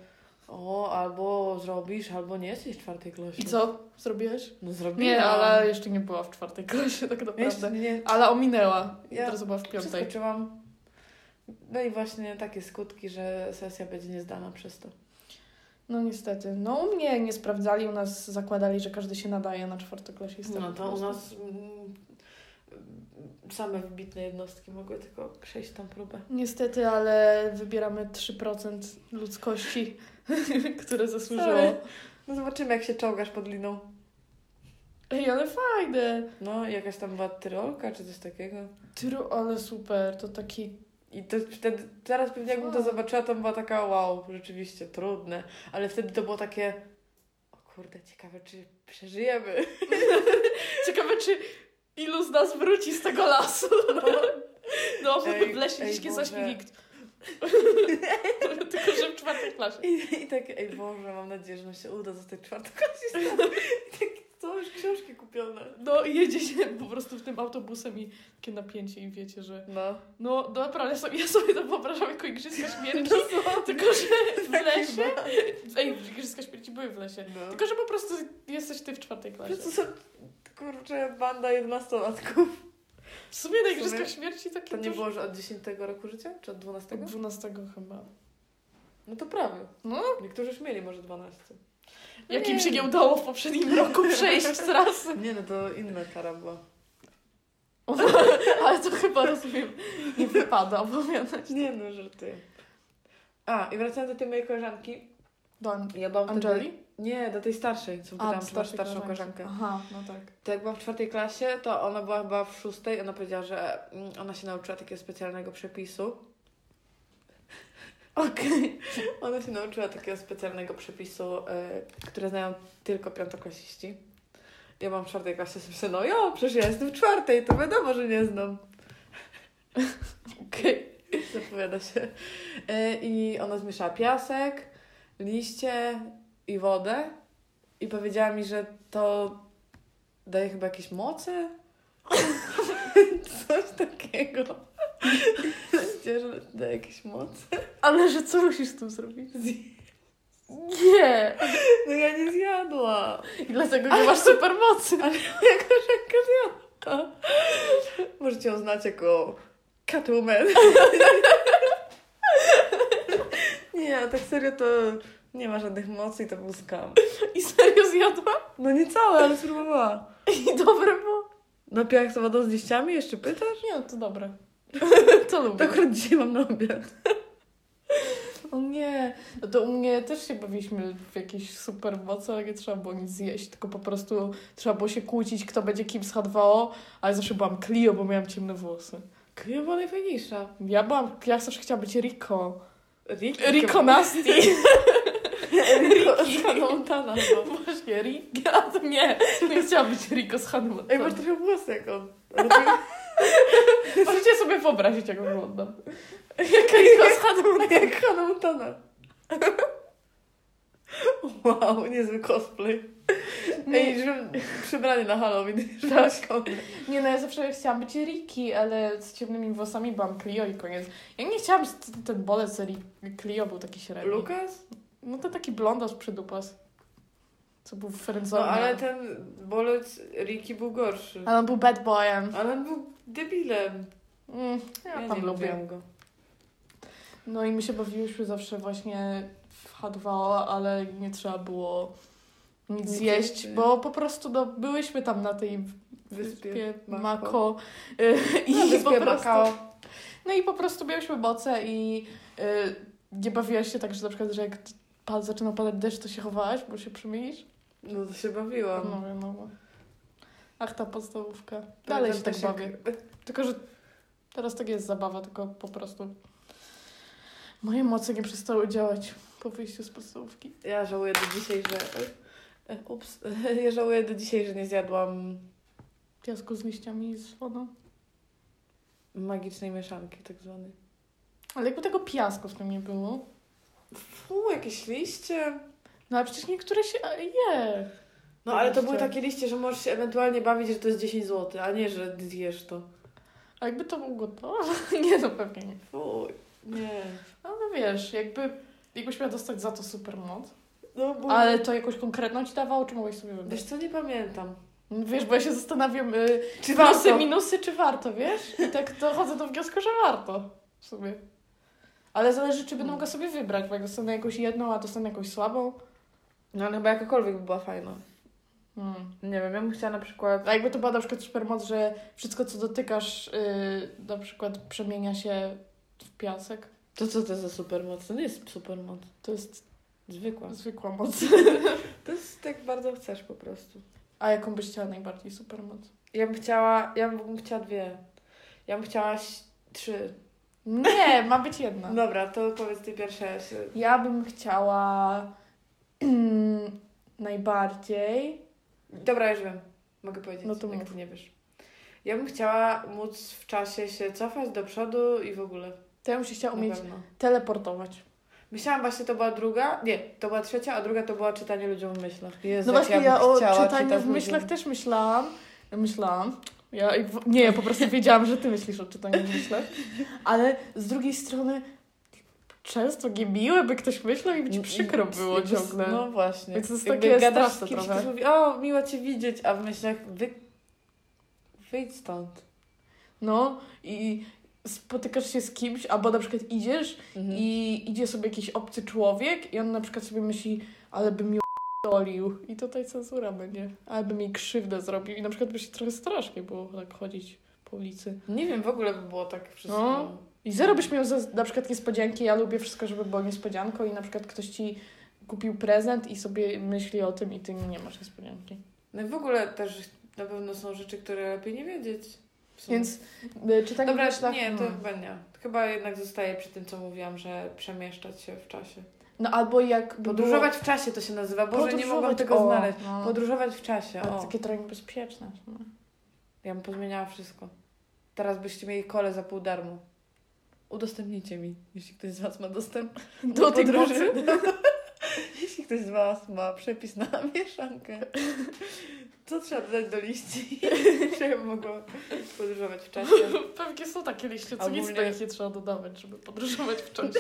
O, albo zrobisz, albo nie jesteś w czwartej klasie. I co? Zrobiłeś? No zrobiłam. Nie, ale jeszcze nie była w czwartej klasie tak naprawdę. Jeszcze nie. Ale ominęła. Ja Ja teraz była w piątej. Przeskoczyłam. No i właśnie takie skutki, że sesja będzie niezdana przez to. No niestety. No u mnie nie sprawdzali, u nas zakładali, że każdy się nadaje na czwartoklasistę. No po to u prostu. nas mm, same wybitne jednostki mogły tylko przejść tą próbę. Niestety, ale wybieramy trzy procent ludzkości, które zasłużyło. Sorry. No zobaczymy, jak się czołgasz pod liną. Ej, ale fajne. No, jakaś tam była tyrolka, czy coś takiego. Tyru, ale super, to taki... I to wtedy, teraz pewnie jakbym to Wow. zobaczyła, to była taka wow, rzeczywiście trudne. Ale wtedy to było takie, o kurde, ciekawe, czy przeżyjemy. Ciekawe, czy ilu z nas wróci z tego lasu. No. No, Ej, w lesie ej, dziś nie Boże. zaśpi nikt. Tylko, że w czwartej klasie. I, I tak, ej Boże, mam nadzieję, że nam się uda zostać czwartoklasistą. I tak, to już książki kupione. No i jedzie się po prostu w tym autobusem i takie napięcie i wiecie, że No. no dobra, ja sobie, ja sobie to wyobrażam jako igrzyska śmierci, No, tylko że w lesie, ej, igrzyska śmierci były w lesie, No. tylko że po prostu jesteś ty w czwartej klasie. Że to są, kurczę, banda jedenastolatków. W sumie na w igrzyskach sumie śmierci takie To nie dużo- było, że od dziesiątego roku życia? Czy od dwunastego? Od dwunastego chyba. No to prawie. No, Niektórzy już mieli może dwanaście. jak im Nie. się nie udało w poprzednim roku przejść teraz. Nie, no to inna kara była. Ale to chyba, rozumiem, nie wypada opowiadać. Nie no, że ty. A, i wracając do tej mojej koleżanki. Do An- Ja byłam wtedy... Angeli? Nie, do tej starszej, co pytałam, czy masz starszej starszą koleżanki. koleżankę. Aha, no tak. To jak byłam w czwartej klasie, to ona była chyba w szóstej. Ona powiedziała, że mm, ona się nauczyła takiego specjalnego przepisu. Okej. Ona się nauczyła takiego specjalnego przepisu, y, które znają tylko piątoklasiści. Ja byłam w czwartej klasie, sobie myślę, no jo, przecież ja jestem w czwartej, to wiadomo, że nie znam. Okej. Zapowiada się. Y, I ona zmieszała piasek, liście i wodę i powiedziała mi, że to daje chyba jakieś moce. Coś takiego. Myślę, że daje jakieś moce. Ale że co musisz z tym zrobić? Nie! No ja nie zjadłam. I dlatego nie masz supermocy. Ale moja koleżanka zjadła. Możecie ją znać jako Catwoman. Nie, a tak serio to nie ma żadnych mocy i to był skam. I serio zjadła? No nie całe, ale spróbowała. I dobre było? No piach z wodą z liściami jeszcze pytasz? Nie, no to dobre. To To lubię. akurat dzisiaj mam na obiad. O nie. No to u mnie też się bawiliśmy w jakieś supermoce, ale nie trzeba było nic zjeść, tylko po prostu trzeba było się kłócić, kto będzie kim z H dwa O, ale zawsze byłam Clio, bo miałam ciemne włosy. Clio była najfajniejsza. Ja byłam, ja zawsze chciałam być Rico. Rick, Rico Nasty. Rico z Hannah Montana. No. Właśnie, Rico. A to nie, nie chciałam być Rico z Hannah Montana. Ej, masz trochę włosy jak on. Ale ty- Możecie sobie wyobrazić, jak wyglądam. Jak Rico z Hannah Montana. jak Hannah Montana. Wow, niezły cosplay. Ej, że przybranie na Halloween. Że Tak. szkoda. Nie no, ja zawsze chciałam być Riki, ale z ciemnymi włosami byłam Clio i koniec. Ja nie chciałam, z- ten bolec Ri- Clio był taki średni. Lukas? No to taki blondas przydupas. Co był w No friendzone. ale ten bolec Ricky był gorszy. Ale on był bad boyem. Ale on był debilem. Mm, ja, Ja tam nie lubię. lubiłam go. No i my się bawiłyśmy zawsze właśnie w H dwa O, ale nie trzeba było nic Nic zjeść, jeść. bo po prostu no, byłyśmy tam na tej Wyspie wyspie Mako. Mako. y, I Na wyspie po prostu, Makao. no i po prostu miałyśmy boce i y, nie bawiłaś się tak, że na przykład, że jak pa, zaczynał padać deszcz, to się chowałaś, bo się przymylisz? No to się bawiłam. No wiadomo. Ach, ta podstawówka. Tak, Dalej tam się tak też bawię. jak- Tylko, że teraz tak jest zabawa, tylko po prostu moje moce nie przestały działać po wyjściu z podstawówki. Ja żałuję do dzisiaj, że... e, Ups. Ja żałuję do dzisiaj, że nie zjadłam Piasku z liściami i z wodą. magicznej mieszanki tak zwanej. Ale jakby tego piasku w tym nie było. Fu, jakieś liście. No ale przecież niektóre się a, je. No ale to Liście. były takie liście, że możesz się ewentualnie bawić, że to jest dziesięć złotych, a nie, że zjesz to. A jakby to było gotowe? Nie, no pewnie nie. Fuj, nie. Ale wiesz, jakby jakbyś miała dostać za to supermoc, No, bo... ale to jakąś konkretną ci dawało, czy mogłeś sobie wybrać? Wiesz co, nie pamiętam. Wiesz, bo ja się zastanawiam, y, Czy plusy, warto? minusy, czy warto, wiesz? I tak dochodzę do wniosku, że warto w sumie. Ale zależy, czy będę mogła sobie wybrać, bo jak dostanę jakąś jedną, a dostanę jakąś słabą. No ale chyba jakakolwiek by była fajna. Hmm. Nie wiem, ja bym chciała na przykład... A jakby to była na przykład supermoc, że wszystko, co dotykasz, yy, na przykład przemienia się w piasek. To co to za supermoc? To nie jest supermoc. To jest Zwykła. zwykła moc. To jest tak bardzo chcesz po prostu. A jaką byś chciała najbardziej supermoc? Ja bym chciała... Ja bym chciała dwie. Ja bym chciała ś- trzy. Nie, ma być jedna. Dobra, to powiedz ty pierwsza. Ja się... Ja bym chciała najbardziej... Dobra, już wiem. Mogę powiedzieć, No to jak mów. ty nie wiesz. Ja bym chciała móc w czasie się cofać do przodu i w ogóle. To ja bym się chciała Na umieć pewno. teleportować. Myślałam właśnie, to była druga. Nie, to była trzecia, a druga to była czytanie ludziom w myślach. Jezu, No jak właśnie, ja, ja bym o chciała czytaniu czytać w myślach ludziom. też myślałam. Ja myślałam. Ja, nie, ja po prostu wiedziałam, że ty myślisz o czytaniu w myślach. Ale z drugiej strony często niemiłe, by ktoś myślał i by ci przykro było Jakby- ciągle. No właśnie. Więc to jest Jakby takie gadasz straszne z kimś, trochę. ktoś mówi, o, miło cię widzieć, a w myślach, wy... wyjdź stąd. No i spotykasz się z kimś, albo na przykład idziesz Mhm. i idzie sobie jakiś obcy człowiek i on na przykład sobie myśli, ale by mi dolił. I tutaj cenzura będzie. Albo mi krzywdę zrobił. I na przykład by się trochę strasznie było tak chodzić po ulicy. Nie wiem, w ogóle by było tak wszystko. No. I zero byś miał za, na przykład niespodzianki. Ja lubię wszystko, żeby było niespodzianką i na przykład ktoś ci kupił prezent i sobie myśli o tym i ty nie masz niespodzianki. No i w ogóle też na pewno są rzeczy, które lepiej nie wiedzieć. W sumie. Więc y, czytanie Dobra, w myślach... nie, to hmm. chyba nie. Chyba jednak zostaje przy tym, co mówiłam, że przemieszczać się w czasie. No albo jak... by Podróżować było... w czasie to się nazywa. Boże, nie mogłam Podróżować, tego o, znaleźć. no. Podróżować w czasie, Ale o. takie trochę niebezpieczne. No. Ja bym pozmieniała wszystko. Teraz byście mieli kole za pół darmo. Udostępnijcie mi, jeśli ktoś z Was ma dostęp Do tej podróży. mocy. Jeśli ktoś z Was ma przepis na mieszankę, co trzeba dodać do liści, żeby mogła podróżować w czasie? Pewnie są takie liście, co Ogólnie- nic do nich nie trzeba dodawać, żeby podróżować w czasie.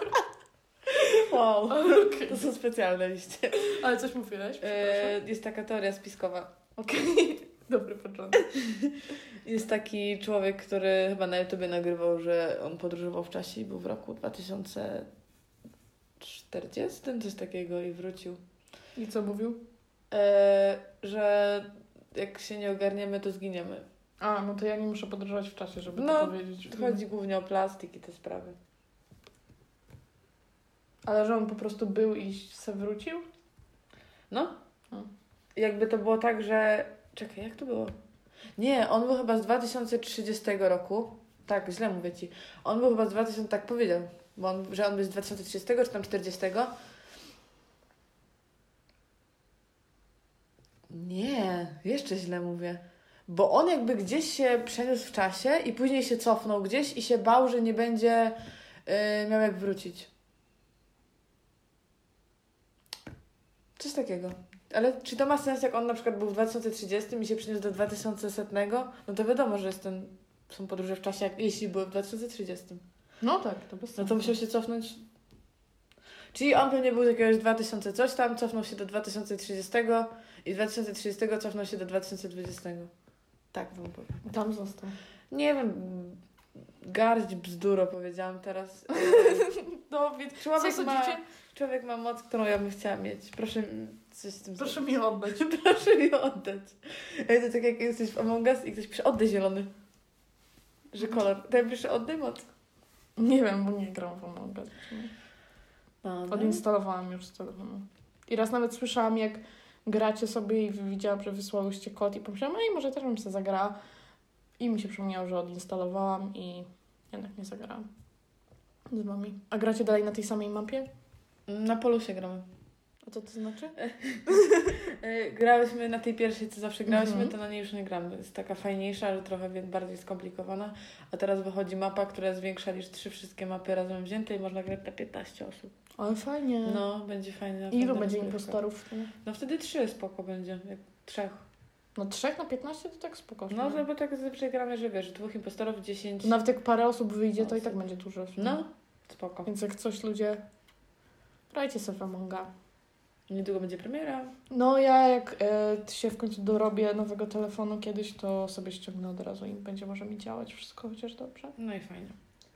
Wow, Okej. to są specjalne liście. Ale coś mówiłeś? E, jest taka teoria spiskowa. Okej. Dobry początek. Jest taki człowiek, który chyba na YouTubie nagrywał, że on podróżował w czasie i był w roku dwa tysiące czterdziestym, coś takiego, i wrócił. I co mówił? E, że jak się nie ogarniemy, to zginiemy. A, no to ja nie muszę podróżować w czasie, żeby No, to powiedzieć. Chodzi głównie o plastik i te sprawy. Ale że on po prostu był i se wrócił? No. No. Jakby to było tak, że... Czekaj, jak to było? Nie, on był chyba z dwa tysiące trzydziestego roku. Tak, źle mówię Ci. On był chyba z dwa tysiące... Tak powiedział. Bo on, że on był z dwa tysiące trzydziestego czy tam czterdziestego. Nie, jeszcze źle mówię. Bo on jakby gdzieś się przeniósł w czasie i później się cofnął gdzieś i się bał, że nie będzie yy, miał jak wrócić. Coś takiego. Ale czy to ma sens, jak on na przykład był w dwa tysiące trzydziestym i się przeniósł do dwa tysiące sto? No to wiadomo, że jest ten, są podróże w czasie, jak, jeśli były w dwa tysiące trzydziestym. No tak, to bez No sensu. to musiał się cofnąć. Czyli on pewnie był z jakiegoś dwa tysiące coś tam, cofnął się do dwa tysiące trzydziestego i z dwa tysiące trzydziestego cofnął się do dwa tysiące dwudziestego. Tak wam powiem. Tam został. Nie wiem, garść bzduro powiedziałam teraz. No, więc Człowiek co ma, sądzicie? człowiek ma moc, którą ja bym chciała mieć. Proszę coś z tym Proszę zrobić. mi oddać. Proszę mi oddać. Ej, to tak jak jesteś w Among Us i ktoś pisze oddaj zielony. Że kolor. To ja piszę oddaj moc. Nie wiem, bo nie gram w Among Us. No, no. Odinstalowałam już z telefonu. I raz nawet słyszałam, jak gracie sobie i widziałam, że wysłałyście kod i pomyślałam, ej, może też bym sobie zagrała. I mi się przypomniało, że odinstalowałam i jednak nie zagrałam z wami. A gracie dalej na tej samej mapie? Na polusie gramy. A co to znaczy? E, Grałyśmy na tej pierwszej, co zawsze grałyśmy, Mhm. to na niej już nie gramy. Jest taka fajniejsza, że trochę wie- bardziej skomplikowana. A teraz wychodzi mapa, która jest większa niż trzy wszystkie mapy razem wzięte i można grać na piętnaście osób. Ale fajnie. No, będzie fajnie. Ilu naprawdę będzie rozgrywka. impostorów w tym? No wtedy trzy spoko będzie, jak trzech. No trzech na piętnaście to tak spoko. No, no bo tak zazwyczaj gramy, że wiesz, dwóch impostorów, dziesięć. Nawet jak parę osób wyjdzie, to i osób. tak będzie dużo. No, spoko. Więc jak coś ludzie... Grajcie sobie w Amonga. Niedługo będzie premiera. No ja jak y, się w końcu dorobię nowego telefonu kiedyś, to sobie ściągnę od razu i będzie może mi działać wszystko chociaż dobrze. No i fajnie.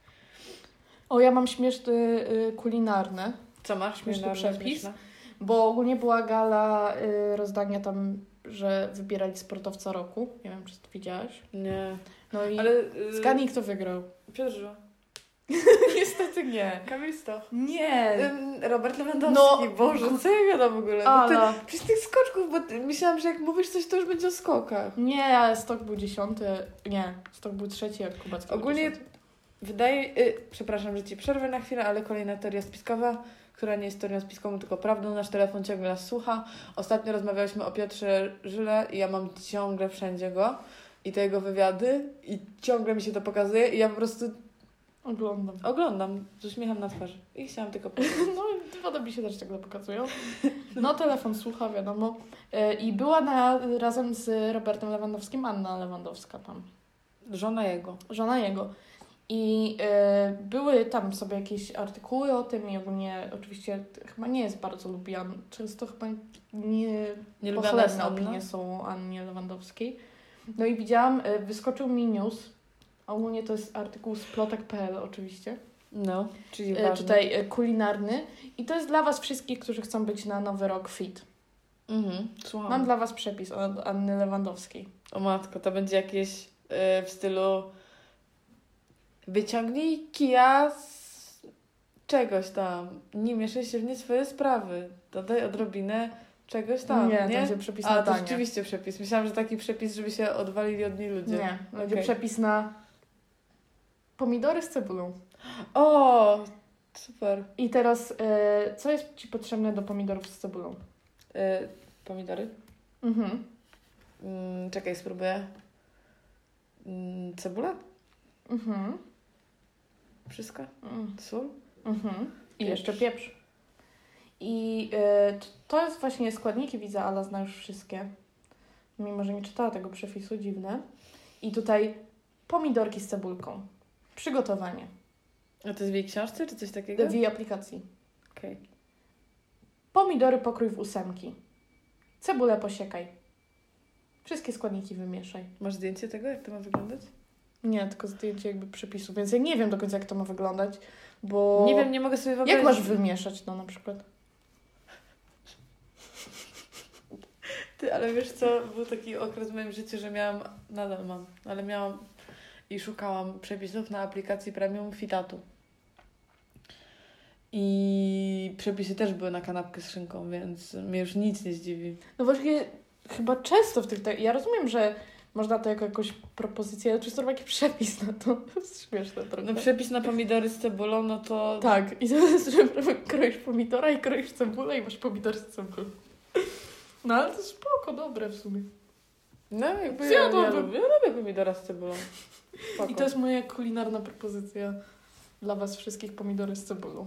O, ja mam śmieszny y, kulinarny, Co masz? Śmieszny Śmieszne, przepis. śmieszne? bo ogólnie była gala y, rozdania tam, że wybierali sportowca roku. Nie wiem, czy to widziałaś. Nie. No i Ale... Yy, zgadnij, kto wygrał. Piotr Żyła. Niestety nie. Kamil Stoch. Nie. Ym, Robert Lewandowski. No. Boże, co ja gadam w ogóle? Bo Ala. ty, przez tych skoczków, bo ty, myślałam, że jak mówisz coś, to już będzie o skokach. Nie, ale Stok był dziesiąty. Nie, Stok był trzeci, jak Kubacki był Ogólnie dziesiąty. wydaje... Y, przepraszam, że ci przerwę na chwilę, ale kolejna teoria spiskowa, która nie jest teorią spiskową, tylko prawdą. Nasz telefon ciągle nas słucha. Ostatnio rozmawialiśmy o Piotrze Żyle i ja mam ciągle wszędzie go i te jego wywiady i ciągle mi się to pokazuje i ja po prostu Oglądam. oglądam z uśmiechem na twarzy i chciałam tylko powiedzieć. No, woda mi się też ciągle pokazują. No, telefon słucha, wiadomo. E, I była na, razem z Robertem Lewandowskim Anna Lewandowska tam. Żona jego. Żona jego. I e, były tam sobie jakieś artykuły o tym i ogólnie oczywiście chyba nie jest bardzo lubiany. Często chyba nie Nielubiana jest pochlebne Anna. opinie są o Annie Lewandowskiej. No i widziałam, e, wyskoczył mi news. Ogólnie to jest artykuł z plotek kropka p l oczywiście. No, czyli E, ważne. tutaj e, kulinarny. I to jest dla Was wszystkich, którzy chcą być na Nowy Rok fit. Mhm, słucham. Mam dla Was przepis od Anny Lewandowskiej. O matko, to będzie jakieś y, w stylu wyciągnij kija z czegoś tam. Nie mieszaj się w nie swoje sprawy. Dodaj odrobinę czegoś tam, nie, nie? to będzie przepis A, na to danie. rzeczywiście przepis. Myślałam, że taki przepis, żeby się odwalili od niej ludzie. Nie, będzie Okej. przepis na pomidory z cebulą. O, super. I teraz, e, co jest Ci potrzebne do pomidorów z cebulą? Y, pomidory. Mhm. Mm, czekaj, spróbuję. Mm, cebula? Mhm. Wszystko? Mm. Sól? Mhm. I Pieprz. jeszcze pieprz. I e, t- to jest właśnie składniki, widzę, Ala zna już wszystkie. Mimo, że nie czytała tego przepisu, dziwne. I tutaj pomidorki z cebulką. Przygotowanie. A to jest w jej książce, czy coś takiego? W jej aplikacji. Okej. Pomidory pokrój w ósemki. Cebulę posiekaj. Wszystkie składniki wymieszaj. Masz zdjęcie tego, jak to ma wyglądać? Nie, tylko zdjęcie jakby przepisu, więc ja nie wiem do końca, jak to ma wyglądać, bo... Nie wiem, nie mogę sobie wyobrazić. Jak masz wymieszać, no na przykład? Ty, ale wiesz co, był taki okres w moim życiu, że miałam, nadal mam, ale miałam i szukałam przepisów na aplikacji premium Fitatu. I przepisy też były na kanapkę z szynką, więc mnie już nic nie zdziwi. No właśnie, chyba często w tych... Te... Ja rozumiem, że można to jako jakąś propozycję, ale czysto taki przepis na to. To jest śmieszne trochę. No przepis na pomidory z cebulą, no to... Tak, i to jest, że kroisz pomidora i kroisz cebulę i masz pomidory z cebulą. No ale to spoko, dobre w sumie. No jakby ja, ja, Zjadłabym. lubię, ja lubię pomidora z cebulą. Spoko. I to jest moja kulinarna propozycja dla Was wszystkich, pomidory z cebulą.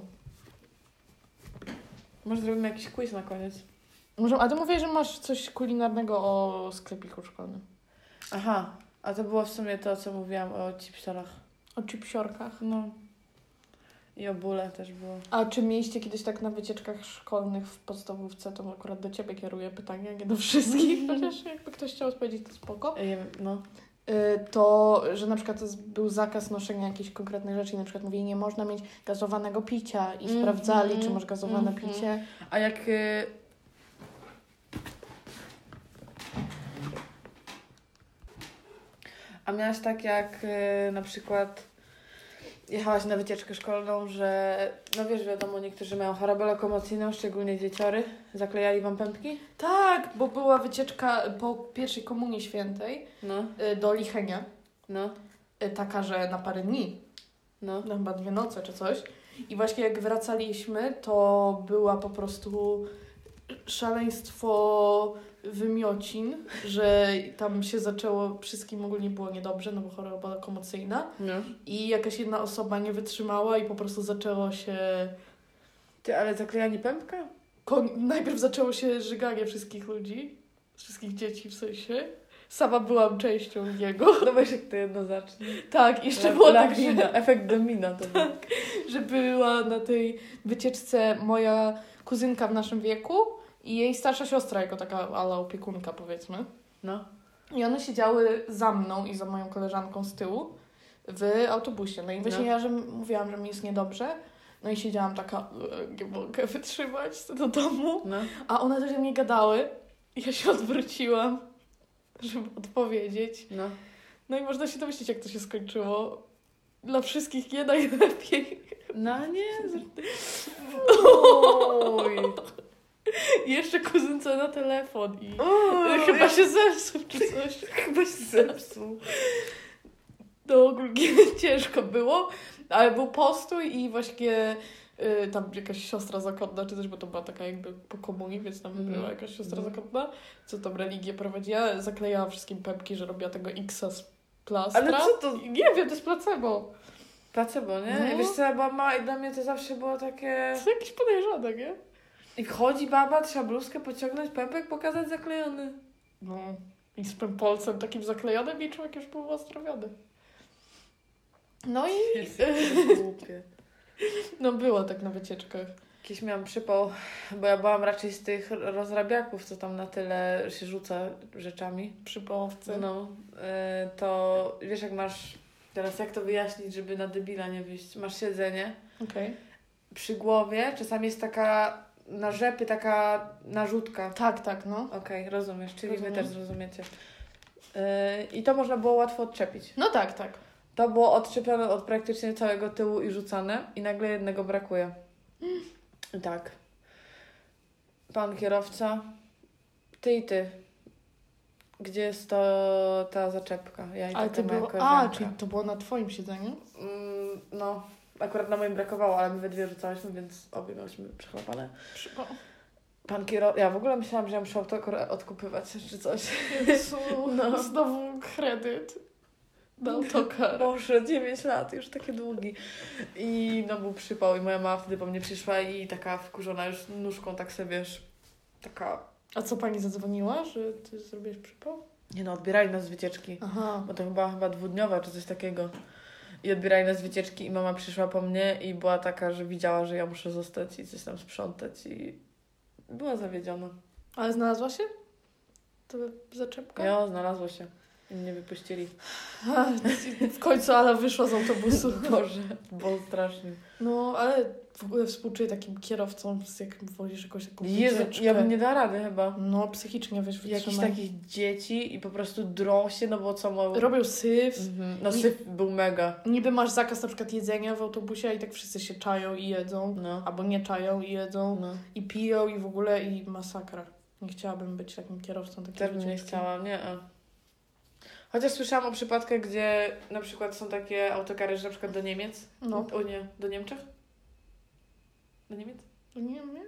Może zrobimy jakiś quiz na koniec. Może, a ty mówisz, że masz coś kulinarnego o sklepiku szkolnym. Aha, a to było w sumie to, co mówiłam o chipsorach. O chipsiorkach. No. I o bóle też było. A czy mieliście kiedyś tak na wycieczkach szkolnych w podstawówce, to akurat do Ciebie kieruję pytanie, nie do wszystkich, chociaż jakby ktoś chciał odpowiedzieć, to spoko. Ej, no. Y, To, że na przykład jest- był zakaz noszenia jakichś konkretnych rzeczy i na przykład mówili, nie można mieć gazowanego picia i Mhm, sprawdzali, czy masz gazowane mhm. picie. A jak... Y... A miałaś tak jak y, na przykład jechałaś na wycieczkę szkolną, że no wiesz, wiadomo, niektórzy mają chorobę lokomocyjną, szczególnie dzieciory, zaklejali wam pępki? Tak, bo była wycieczka po pierwszej komunii świętej No, y, do Lichenia. no, Y, Taka, że na parę dni. no. No, chyba dwie noce czy coś. I właśnie jak wracaliśmy, to była po prostu szaleństwo wymiocin, że tam się zaczęło, wszystkim ogólnie było niedobrze, no bo choroba lokomocyjna. no. I jakaś jedna osoba nie wytrzymała i po prostu zaczęło się... Ty, ale zaklejanie pępka? Ko- najpierw zaczęło się żyganie wszystkich ludzi, wszystkich dzieci w sensie. sama byłam częścią jego. No weź jak to jedno zacznie. Tak, jeszcze było tak, że, Lawina, efekt domina to był. że była na tej wycieczce moja kuzynka w naszym wieku i jej starsza siostra jako taka ala opiekunka, powiedzmy. No. I one siedziały za mną i za moją koleżanką z tyłu w autobusie. No i właśnie No. ja że mówiłam, że mi jest niedobrze. No i siedziałam taka, "E, nie mogę wytrzymać do domu. No. A one też do mnie gadały. I ja się odwróciłam, żeby odpowiedzieć. No. No i można się domyślić, jak to się skończyło. Dla wszystkich nie najlepiej. No nie. Oj. I jeszcze kuzynce na telefon i Uuu, chyba ja się zepsuł czy coś. chyba się zepsuł. No ogólnie ciężko było, ale był postój i właśnie y, tam jakaś siostra zakonna czy coś, bo to była taka jakby po komunii, więc tam Mhm. była jakaś siostra Mhm. zakonna, co tam religię prowadziła, zaklejała wszystkim pępki, że robiła tego X-a z plastra. Ale co to? I nie wiem, to jest placebo. Placebo, nie? No. Wiesz co, ja byłam mała i dla mnie to zawsze było takie... To jest jakieś podejrzane, nie? I wchodzi baba, trzeba bluzkę pociągnąć, pępek pokazać zaklejony. No. I z pępolcem takim zaklejonym i człowiek już był ozdrowiony. No i Głupie. no było tak na wycieczkach. Jakiś miałam przypał, bo ja byłam raczej z tych rozrabiaków, co tam na tyle się rzuca rzeczami. Przy połowce. No, y, to wiesz jak masz, teraz jak to wyjaśnić, żeby na debila nie wyjść, masz siedzenie, Okej. przy głowie czasami jest taka na rzepy, taka narzutka. Tak, tak, no. Okej, rozumiesz, czyli Rozumiem. wy też zrozumiecie. Y, I to można było łatwo odczepić. No tak, tak. To było odczepione od praktycznie całego tyłu i rzucane i nagle jednego brakuje. I tak. Pan kierowca, ty i ty. Gdzie jest to ta zaczepka? Ja i Ale taka to moja było... A, koleżanka. czyli to było na twoim siedzeniu? Mm, no, akurat na moim brakowało, ale my we dwie rzucałyśmy, więc obie miałyśmy przechlapane. Przy... Pan kierowca... Ja w ogóle myślałam, że ja muszę auto akurat odkupywać czy coś. Jezu, No. znowu kredyt na autokar. Boże, dziewięć lat, już takie długi. I no był przypał i moja mama wtedy po mnie przyszła i taka wkurzona już nóżką, tak sobie wiesz, taka... A co pani zadzwoniła, że ty zrobiłeś przypał? Nie no, odbierali nas z wycieczki. Aha. Bo to chyba, chyba dwudniowa czy coś takiego. I odbierali nas z wycieczki i mama przyszła po mnie i była taka, że widziała, że ja muszę zostać i coś tam sprzątać i była zawiedziona. Ale znalazła się? To zaczepka? Ja, znalazło się. I mnie wypuścili. A, w końcu Ala wyszła z autobusu. Boże, było strasznie. No, ale w ogóle współczuję takim kierowcom, z jak wolisz jakąś taką Jezu, wycieczkę. ja bym nie dała rady chyba. No, psychicznie weź Jakichś wytrzymaj. takich dzieci i po prostu drą się, no bo co ma... Robią syf. Mhm. No syf był mega. Niby masz zakaz na przykład jedzenia w autobusie i tak wszyscy się czają i jedzą. No. Albo nie czają i jedzą. No. I piją i w ogóle i masakra. Nie chciałabym być takim kierowcą takiej Też bym nie wycieczki. chciała, nie. Chociaż słyszałam o przypadkach, gdzie na przykład są takie autokary, że na przykład do Niemiec. No. O nie, do Niemczech? Do Niemiec? Nie wiem,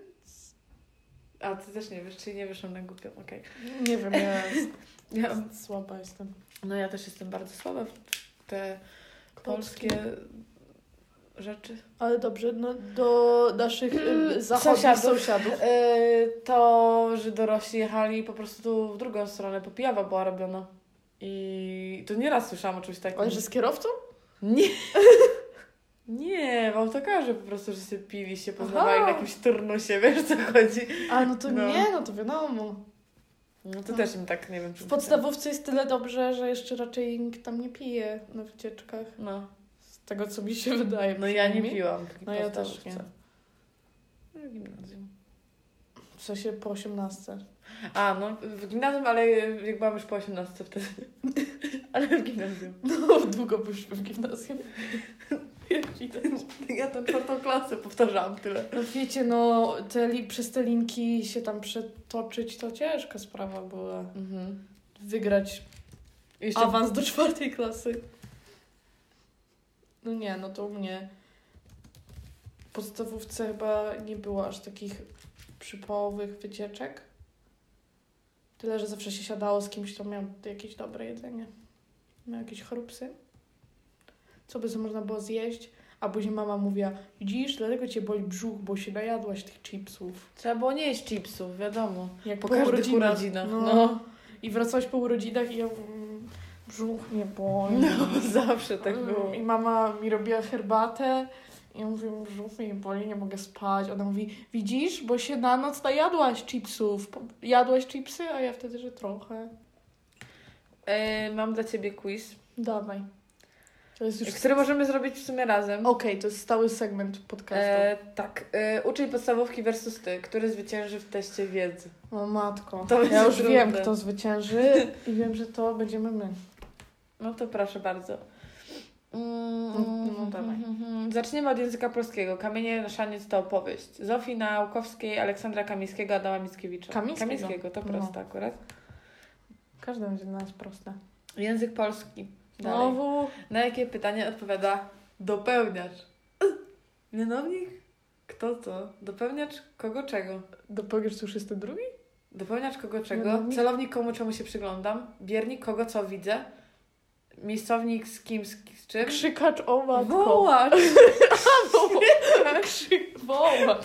A, ty też nie wiesz, czyli nie wiesz na głupią, okej. nie wiem, ja Ja, słaba jestem. no ja też jestem bardzo słaba w te polskie rzeczy. Ale dobrze, no do naszych Mm, y, zachodnich sąsiadów. sąsiadów. Yy, to, że dorośli jechali po prostu tu w drugą stronę, po pijawa była robiona. I to nieraz słyszałam o czymś takim. Ale że z kierowcą? Nie. Nie, w autokarze po prostu, że sobie pili, się poznawali Aha. na jakimś turnusie, wiesz co chodzi. A no to No. nie, no to wiadomo. No to No. też im tak, nie wiem. W podstawówce jest tyle dobrze, że jeszcze raczej nikt tam nie pije na wycieczkach. No, Z tego, co mi się wydaje. no ja nie przynajmniej. piłam. w No ja też podstawówce. nie. No w gimnazjum. W sensie po osiemnastce. A, no w gimnazjum, ale jak byłam już po osiemnastce wtedy. Ale w gimnazjum. No, długo byliśmy w gimnazjum. Jak widać. Ja tę czwartą klasę powtarzałam tyle. No wiecie, no te, li- przez te linki się tam przetoczyć, to ciężka sprawa była. Mhm. Wygrać Jeszcze awans do czwartej klasy. No nie, no to u mnie w podstawówce chyba nie było aż takich przypałowych wycieczek. Tyle, że zawsze się siadało z kimś, kto miał jakieś dobre jedzenie. Miał jakieś chrupsy. Co by sobie można było zjeść. A później mama mówiła, widzisz, dlatego cię boli brzuch, bo się najadłaś tych chipsów. trzeba było nie jeść chipsów, wiadomo. Jak Po po każdych urodzinach. urodzinach, No. no. I wracałeś po urodzinach i ja mm, brzuch mnie boli. No, zawsze tak było. I mama mi robiła herbatę i ja mówię, brzuch mnie boli, nie mogę spać. Ona mówi, widzisz, bo się na noc najadłaś chipsów. Po- Jadłaś chipsy, a ja wtedy, że trochę. E, mam dla ciebie quiz, Dawaj. To jest już... który możemy zrobić w sumie razem. Okej, to jest stały segment podcastu. E, tak, e, uczeń podstawówki versus ty, który zwycięży w teście wiedzy. O matko. To będzie ja już trudne. wiem, kto zwycięży i wiem, że to będziemy my. No to proszę bardzo. Mm, no dawaj. mm, Zaczniemy od języka polskiego. Kamienie na szaniec to opowieść. Zofii Naukowskiej, Aleksandra Kamińskiego, Adama Mickiewicza. Kamińskiego. Kamińskiego, to No. proste akurat. Każdy będzie dla nas proste. Język polski. Dalej. Znowu. Na jakie pytanie odpowiada dopełniacz? Mianownik? Kto co? Dopełniacz kogo czego? Dopełniasz, co już jest ten drugi? Dopełniacz kogo czego? Mianownik? Celownik komu czemu się przyglądam? Biernik kogo co widzę? Miejscownik z kim z, z czym? Krzykacz, o matko. Wołacz! Krzyk, wołacz.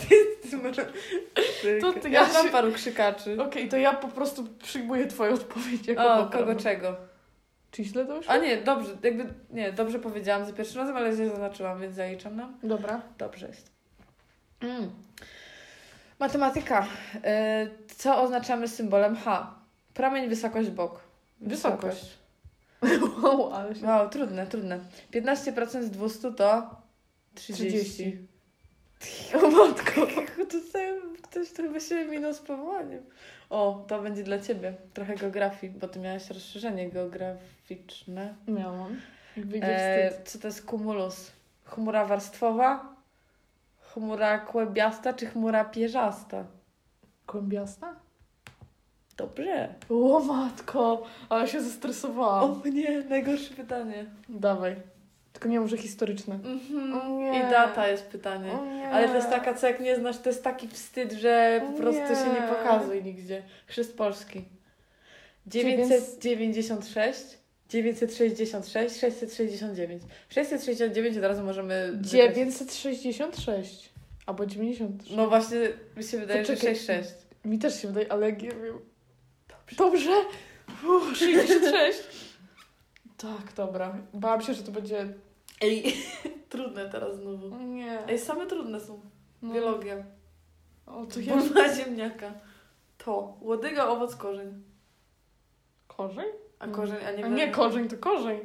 To To ty, ja ja znam się- paru krzykaczy. Okej, to ja po prostu przyjmuję twoją odpowiedź jako O, poprawną. kogo czego? Czy źle to już? A nie, dobrze, jakby, nie, dobrze powiedziałam za pierwszym razem, ale źle zaznaczyłam, więc zaliczam nam. Dobra. Dobrze jest. Mm. Matematyka. Y, co oznaczamy symbolem H? Promień, wysokość, bok. Wysokość. Wow, ale się... Wow, trudne, trudne. piętnaście procent z dwieście to trzydzieści. trzydzieści. O matko. To sobie, ktoś to chyba się minął z powołaniem. O, to będzie dla ciebie. Trochę geografii, bo ty miałaś rozszerzenie geograficzne. Miałam. Wyjdzie E, wstyd. co to jest cumulus? Chmura warstwowa? Chmura kłębiasta czy chmura pierzasta? Kłębiasta? Dobrze. O matko, ale się zestresowałam. O nie, najgorsze pytanie. Dawaj. Tylko nie może historyczne. Mhm. O nie. I data jest pytanie. O nie. Ale to jest taka, co jak nie znasz, to jest taki wstyd, że po O prostu nie. się nie pokazuj nigdzie. Chrzest Polski. dziewięćset dziewięćdziesiąt sześć, dziewięćset sześćdziesiąt sześć, sześćset sześćdziesiąt dziewięć. sześćset sześćdziesiąt dziewięć od razu możemy... wygrać. dziewięćset sześćdziesiąt sześć. Albo dziewięćdziesiąt trzy. No właśnie, mi się wydaje, To że czekaj. sześćdziesiąt sześć. Mi też się wydaje, ale jak nie wiem. Dobrze. Dobrze? Uff, sześćdziesiąt sześć. Tak, dobra. Bałam się, że to będzie... Ej, trudne teraz znowu. Nie. Ej, same trudne są. No. Biologia. O, to ja... Bulwa ziemniaka. To. Łodyga, owoc, korzeń. Korzeń? A korzeń, a nie A nie, wiem. korzeń to korzeń.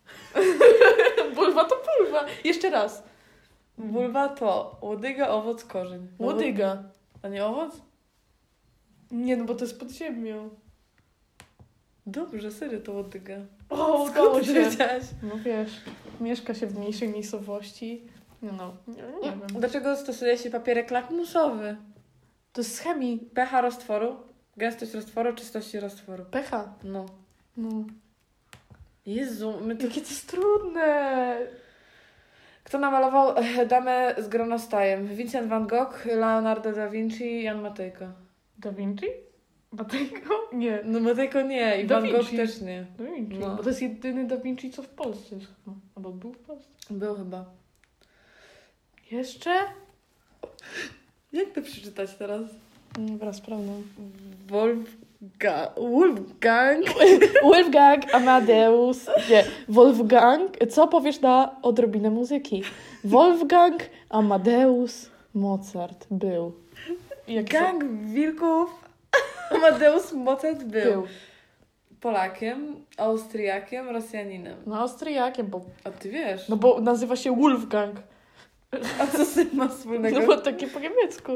Bulwa to bulwa. Jeszcze raz. Bulwa to łodyga, owoc, korzeń. No bo- Łodyga. A nie owoc? Nie, no bo to jest pod ziemią. Dobrze, serio to łodyga. O, udało Skąd ty się. wiedziałaś? No wiesz, mieszka się w mniejszej miejscowości. No, nie, nie wiem. Dlaczego stosuje się papierek lakmusowy? To jest z chemii. pH roztworu, gęstość roztworu, czystości roztworu. pH. No. No. Jezu, my to... Jakie to jest trudne. Kto namalował e, damę z gronostajem? Vincent van Gogh, Leonardo da Vinci, Jan Matejko. Da Vinci? Matejko? Nie. No Matejko nie i Da Van Gogh Vinci. też nie. Da Vinci. No. Bo to jest jedyny Da Vinci, co w Polsce jest. No. Albo był w Polsce. Był chyba. Jeszcze? Jak to przeczytać teraz? Dobra, sprawdzam. Wolfga... Wolfgang? Wolfgang Amadeus. Nie. Wolfgang. Co powiesz na odrobinę muzyki? Wolfgang Amadeus Mozart był. Jak Gang wilków. Amadeus Mozart był. był. Polakiem, Austriakiem, Rosjaninem. No Austriakiem, bo, A ty wiesz. no bo nazywa się Wolfgang. A co z tym ma wspólnego? No bo takie po niemiecku.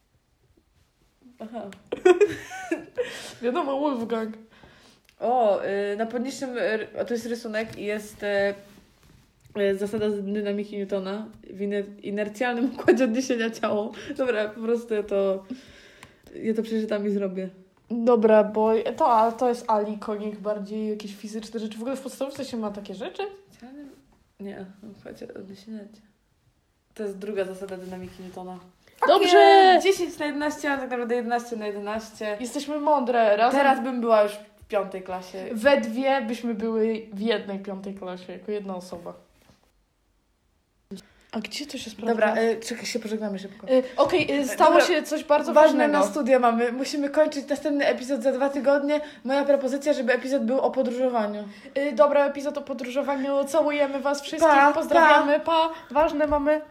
Aha. Wiadomo, Wolfgang. O, y, na poniższym, y, to jest rysunek i jest y, y, zasada dynamiki Newtona w iner- inercjalnym układzie odniesienia ciało. Dobra, po prostu ja to, ja to przeczytam i zrobię. Dobra, bo to, ale to jest Ali konik, bardziej jakieś fizyczne rzeczy. W ogóle w podstawówce się ma takie rzeczy? Nie, układzie odniesienia ciała. To jest druga zasada dynamiki Newtona. Dobrze! Nie, dziesięć na jedenaście, a tak naprawdę jedenaście na jedenaście. Jesteśmy mądre. Razem Teraz bym była już w piątej klasie. we dwie byśmy były w jednej piątej klasie, jako jedna osoba. A gdzie to się sprawdza? Dobra, y, czekaj, się pożegnamy szybko. Y, Okej, y, stało Dobra, się coś bardzo Ważne ważnego. na studia mamy. Musimy kończyć następny epizod za dwa tygodnie. Moja propozycja, żeby epizod był o podróżowaniu. Y, dobra, epizod o podróżowaniu. Całujemy was wszystkich, Pa, pozdrawiamy, pa. Ważne mamy.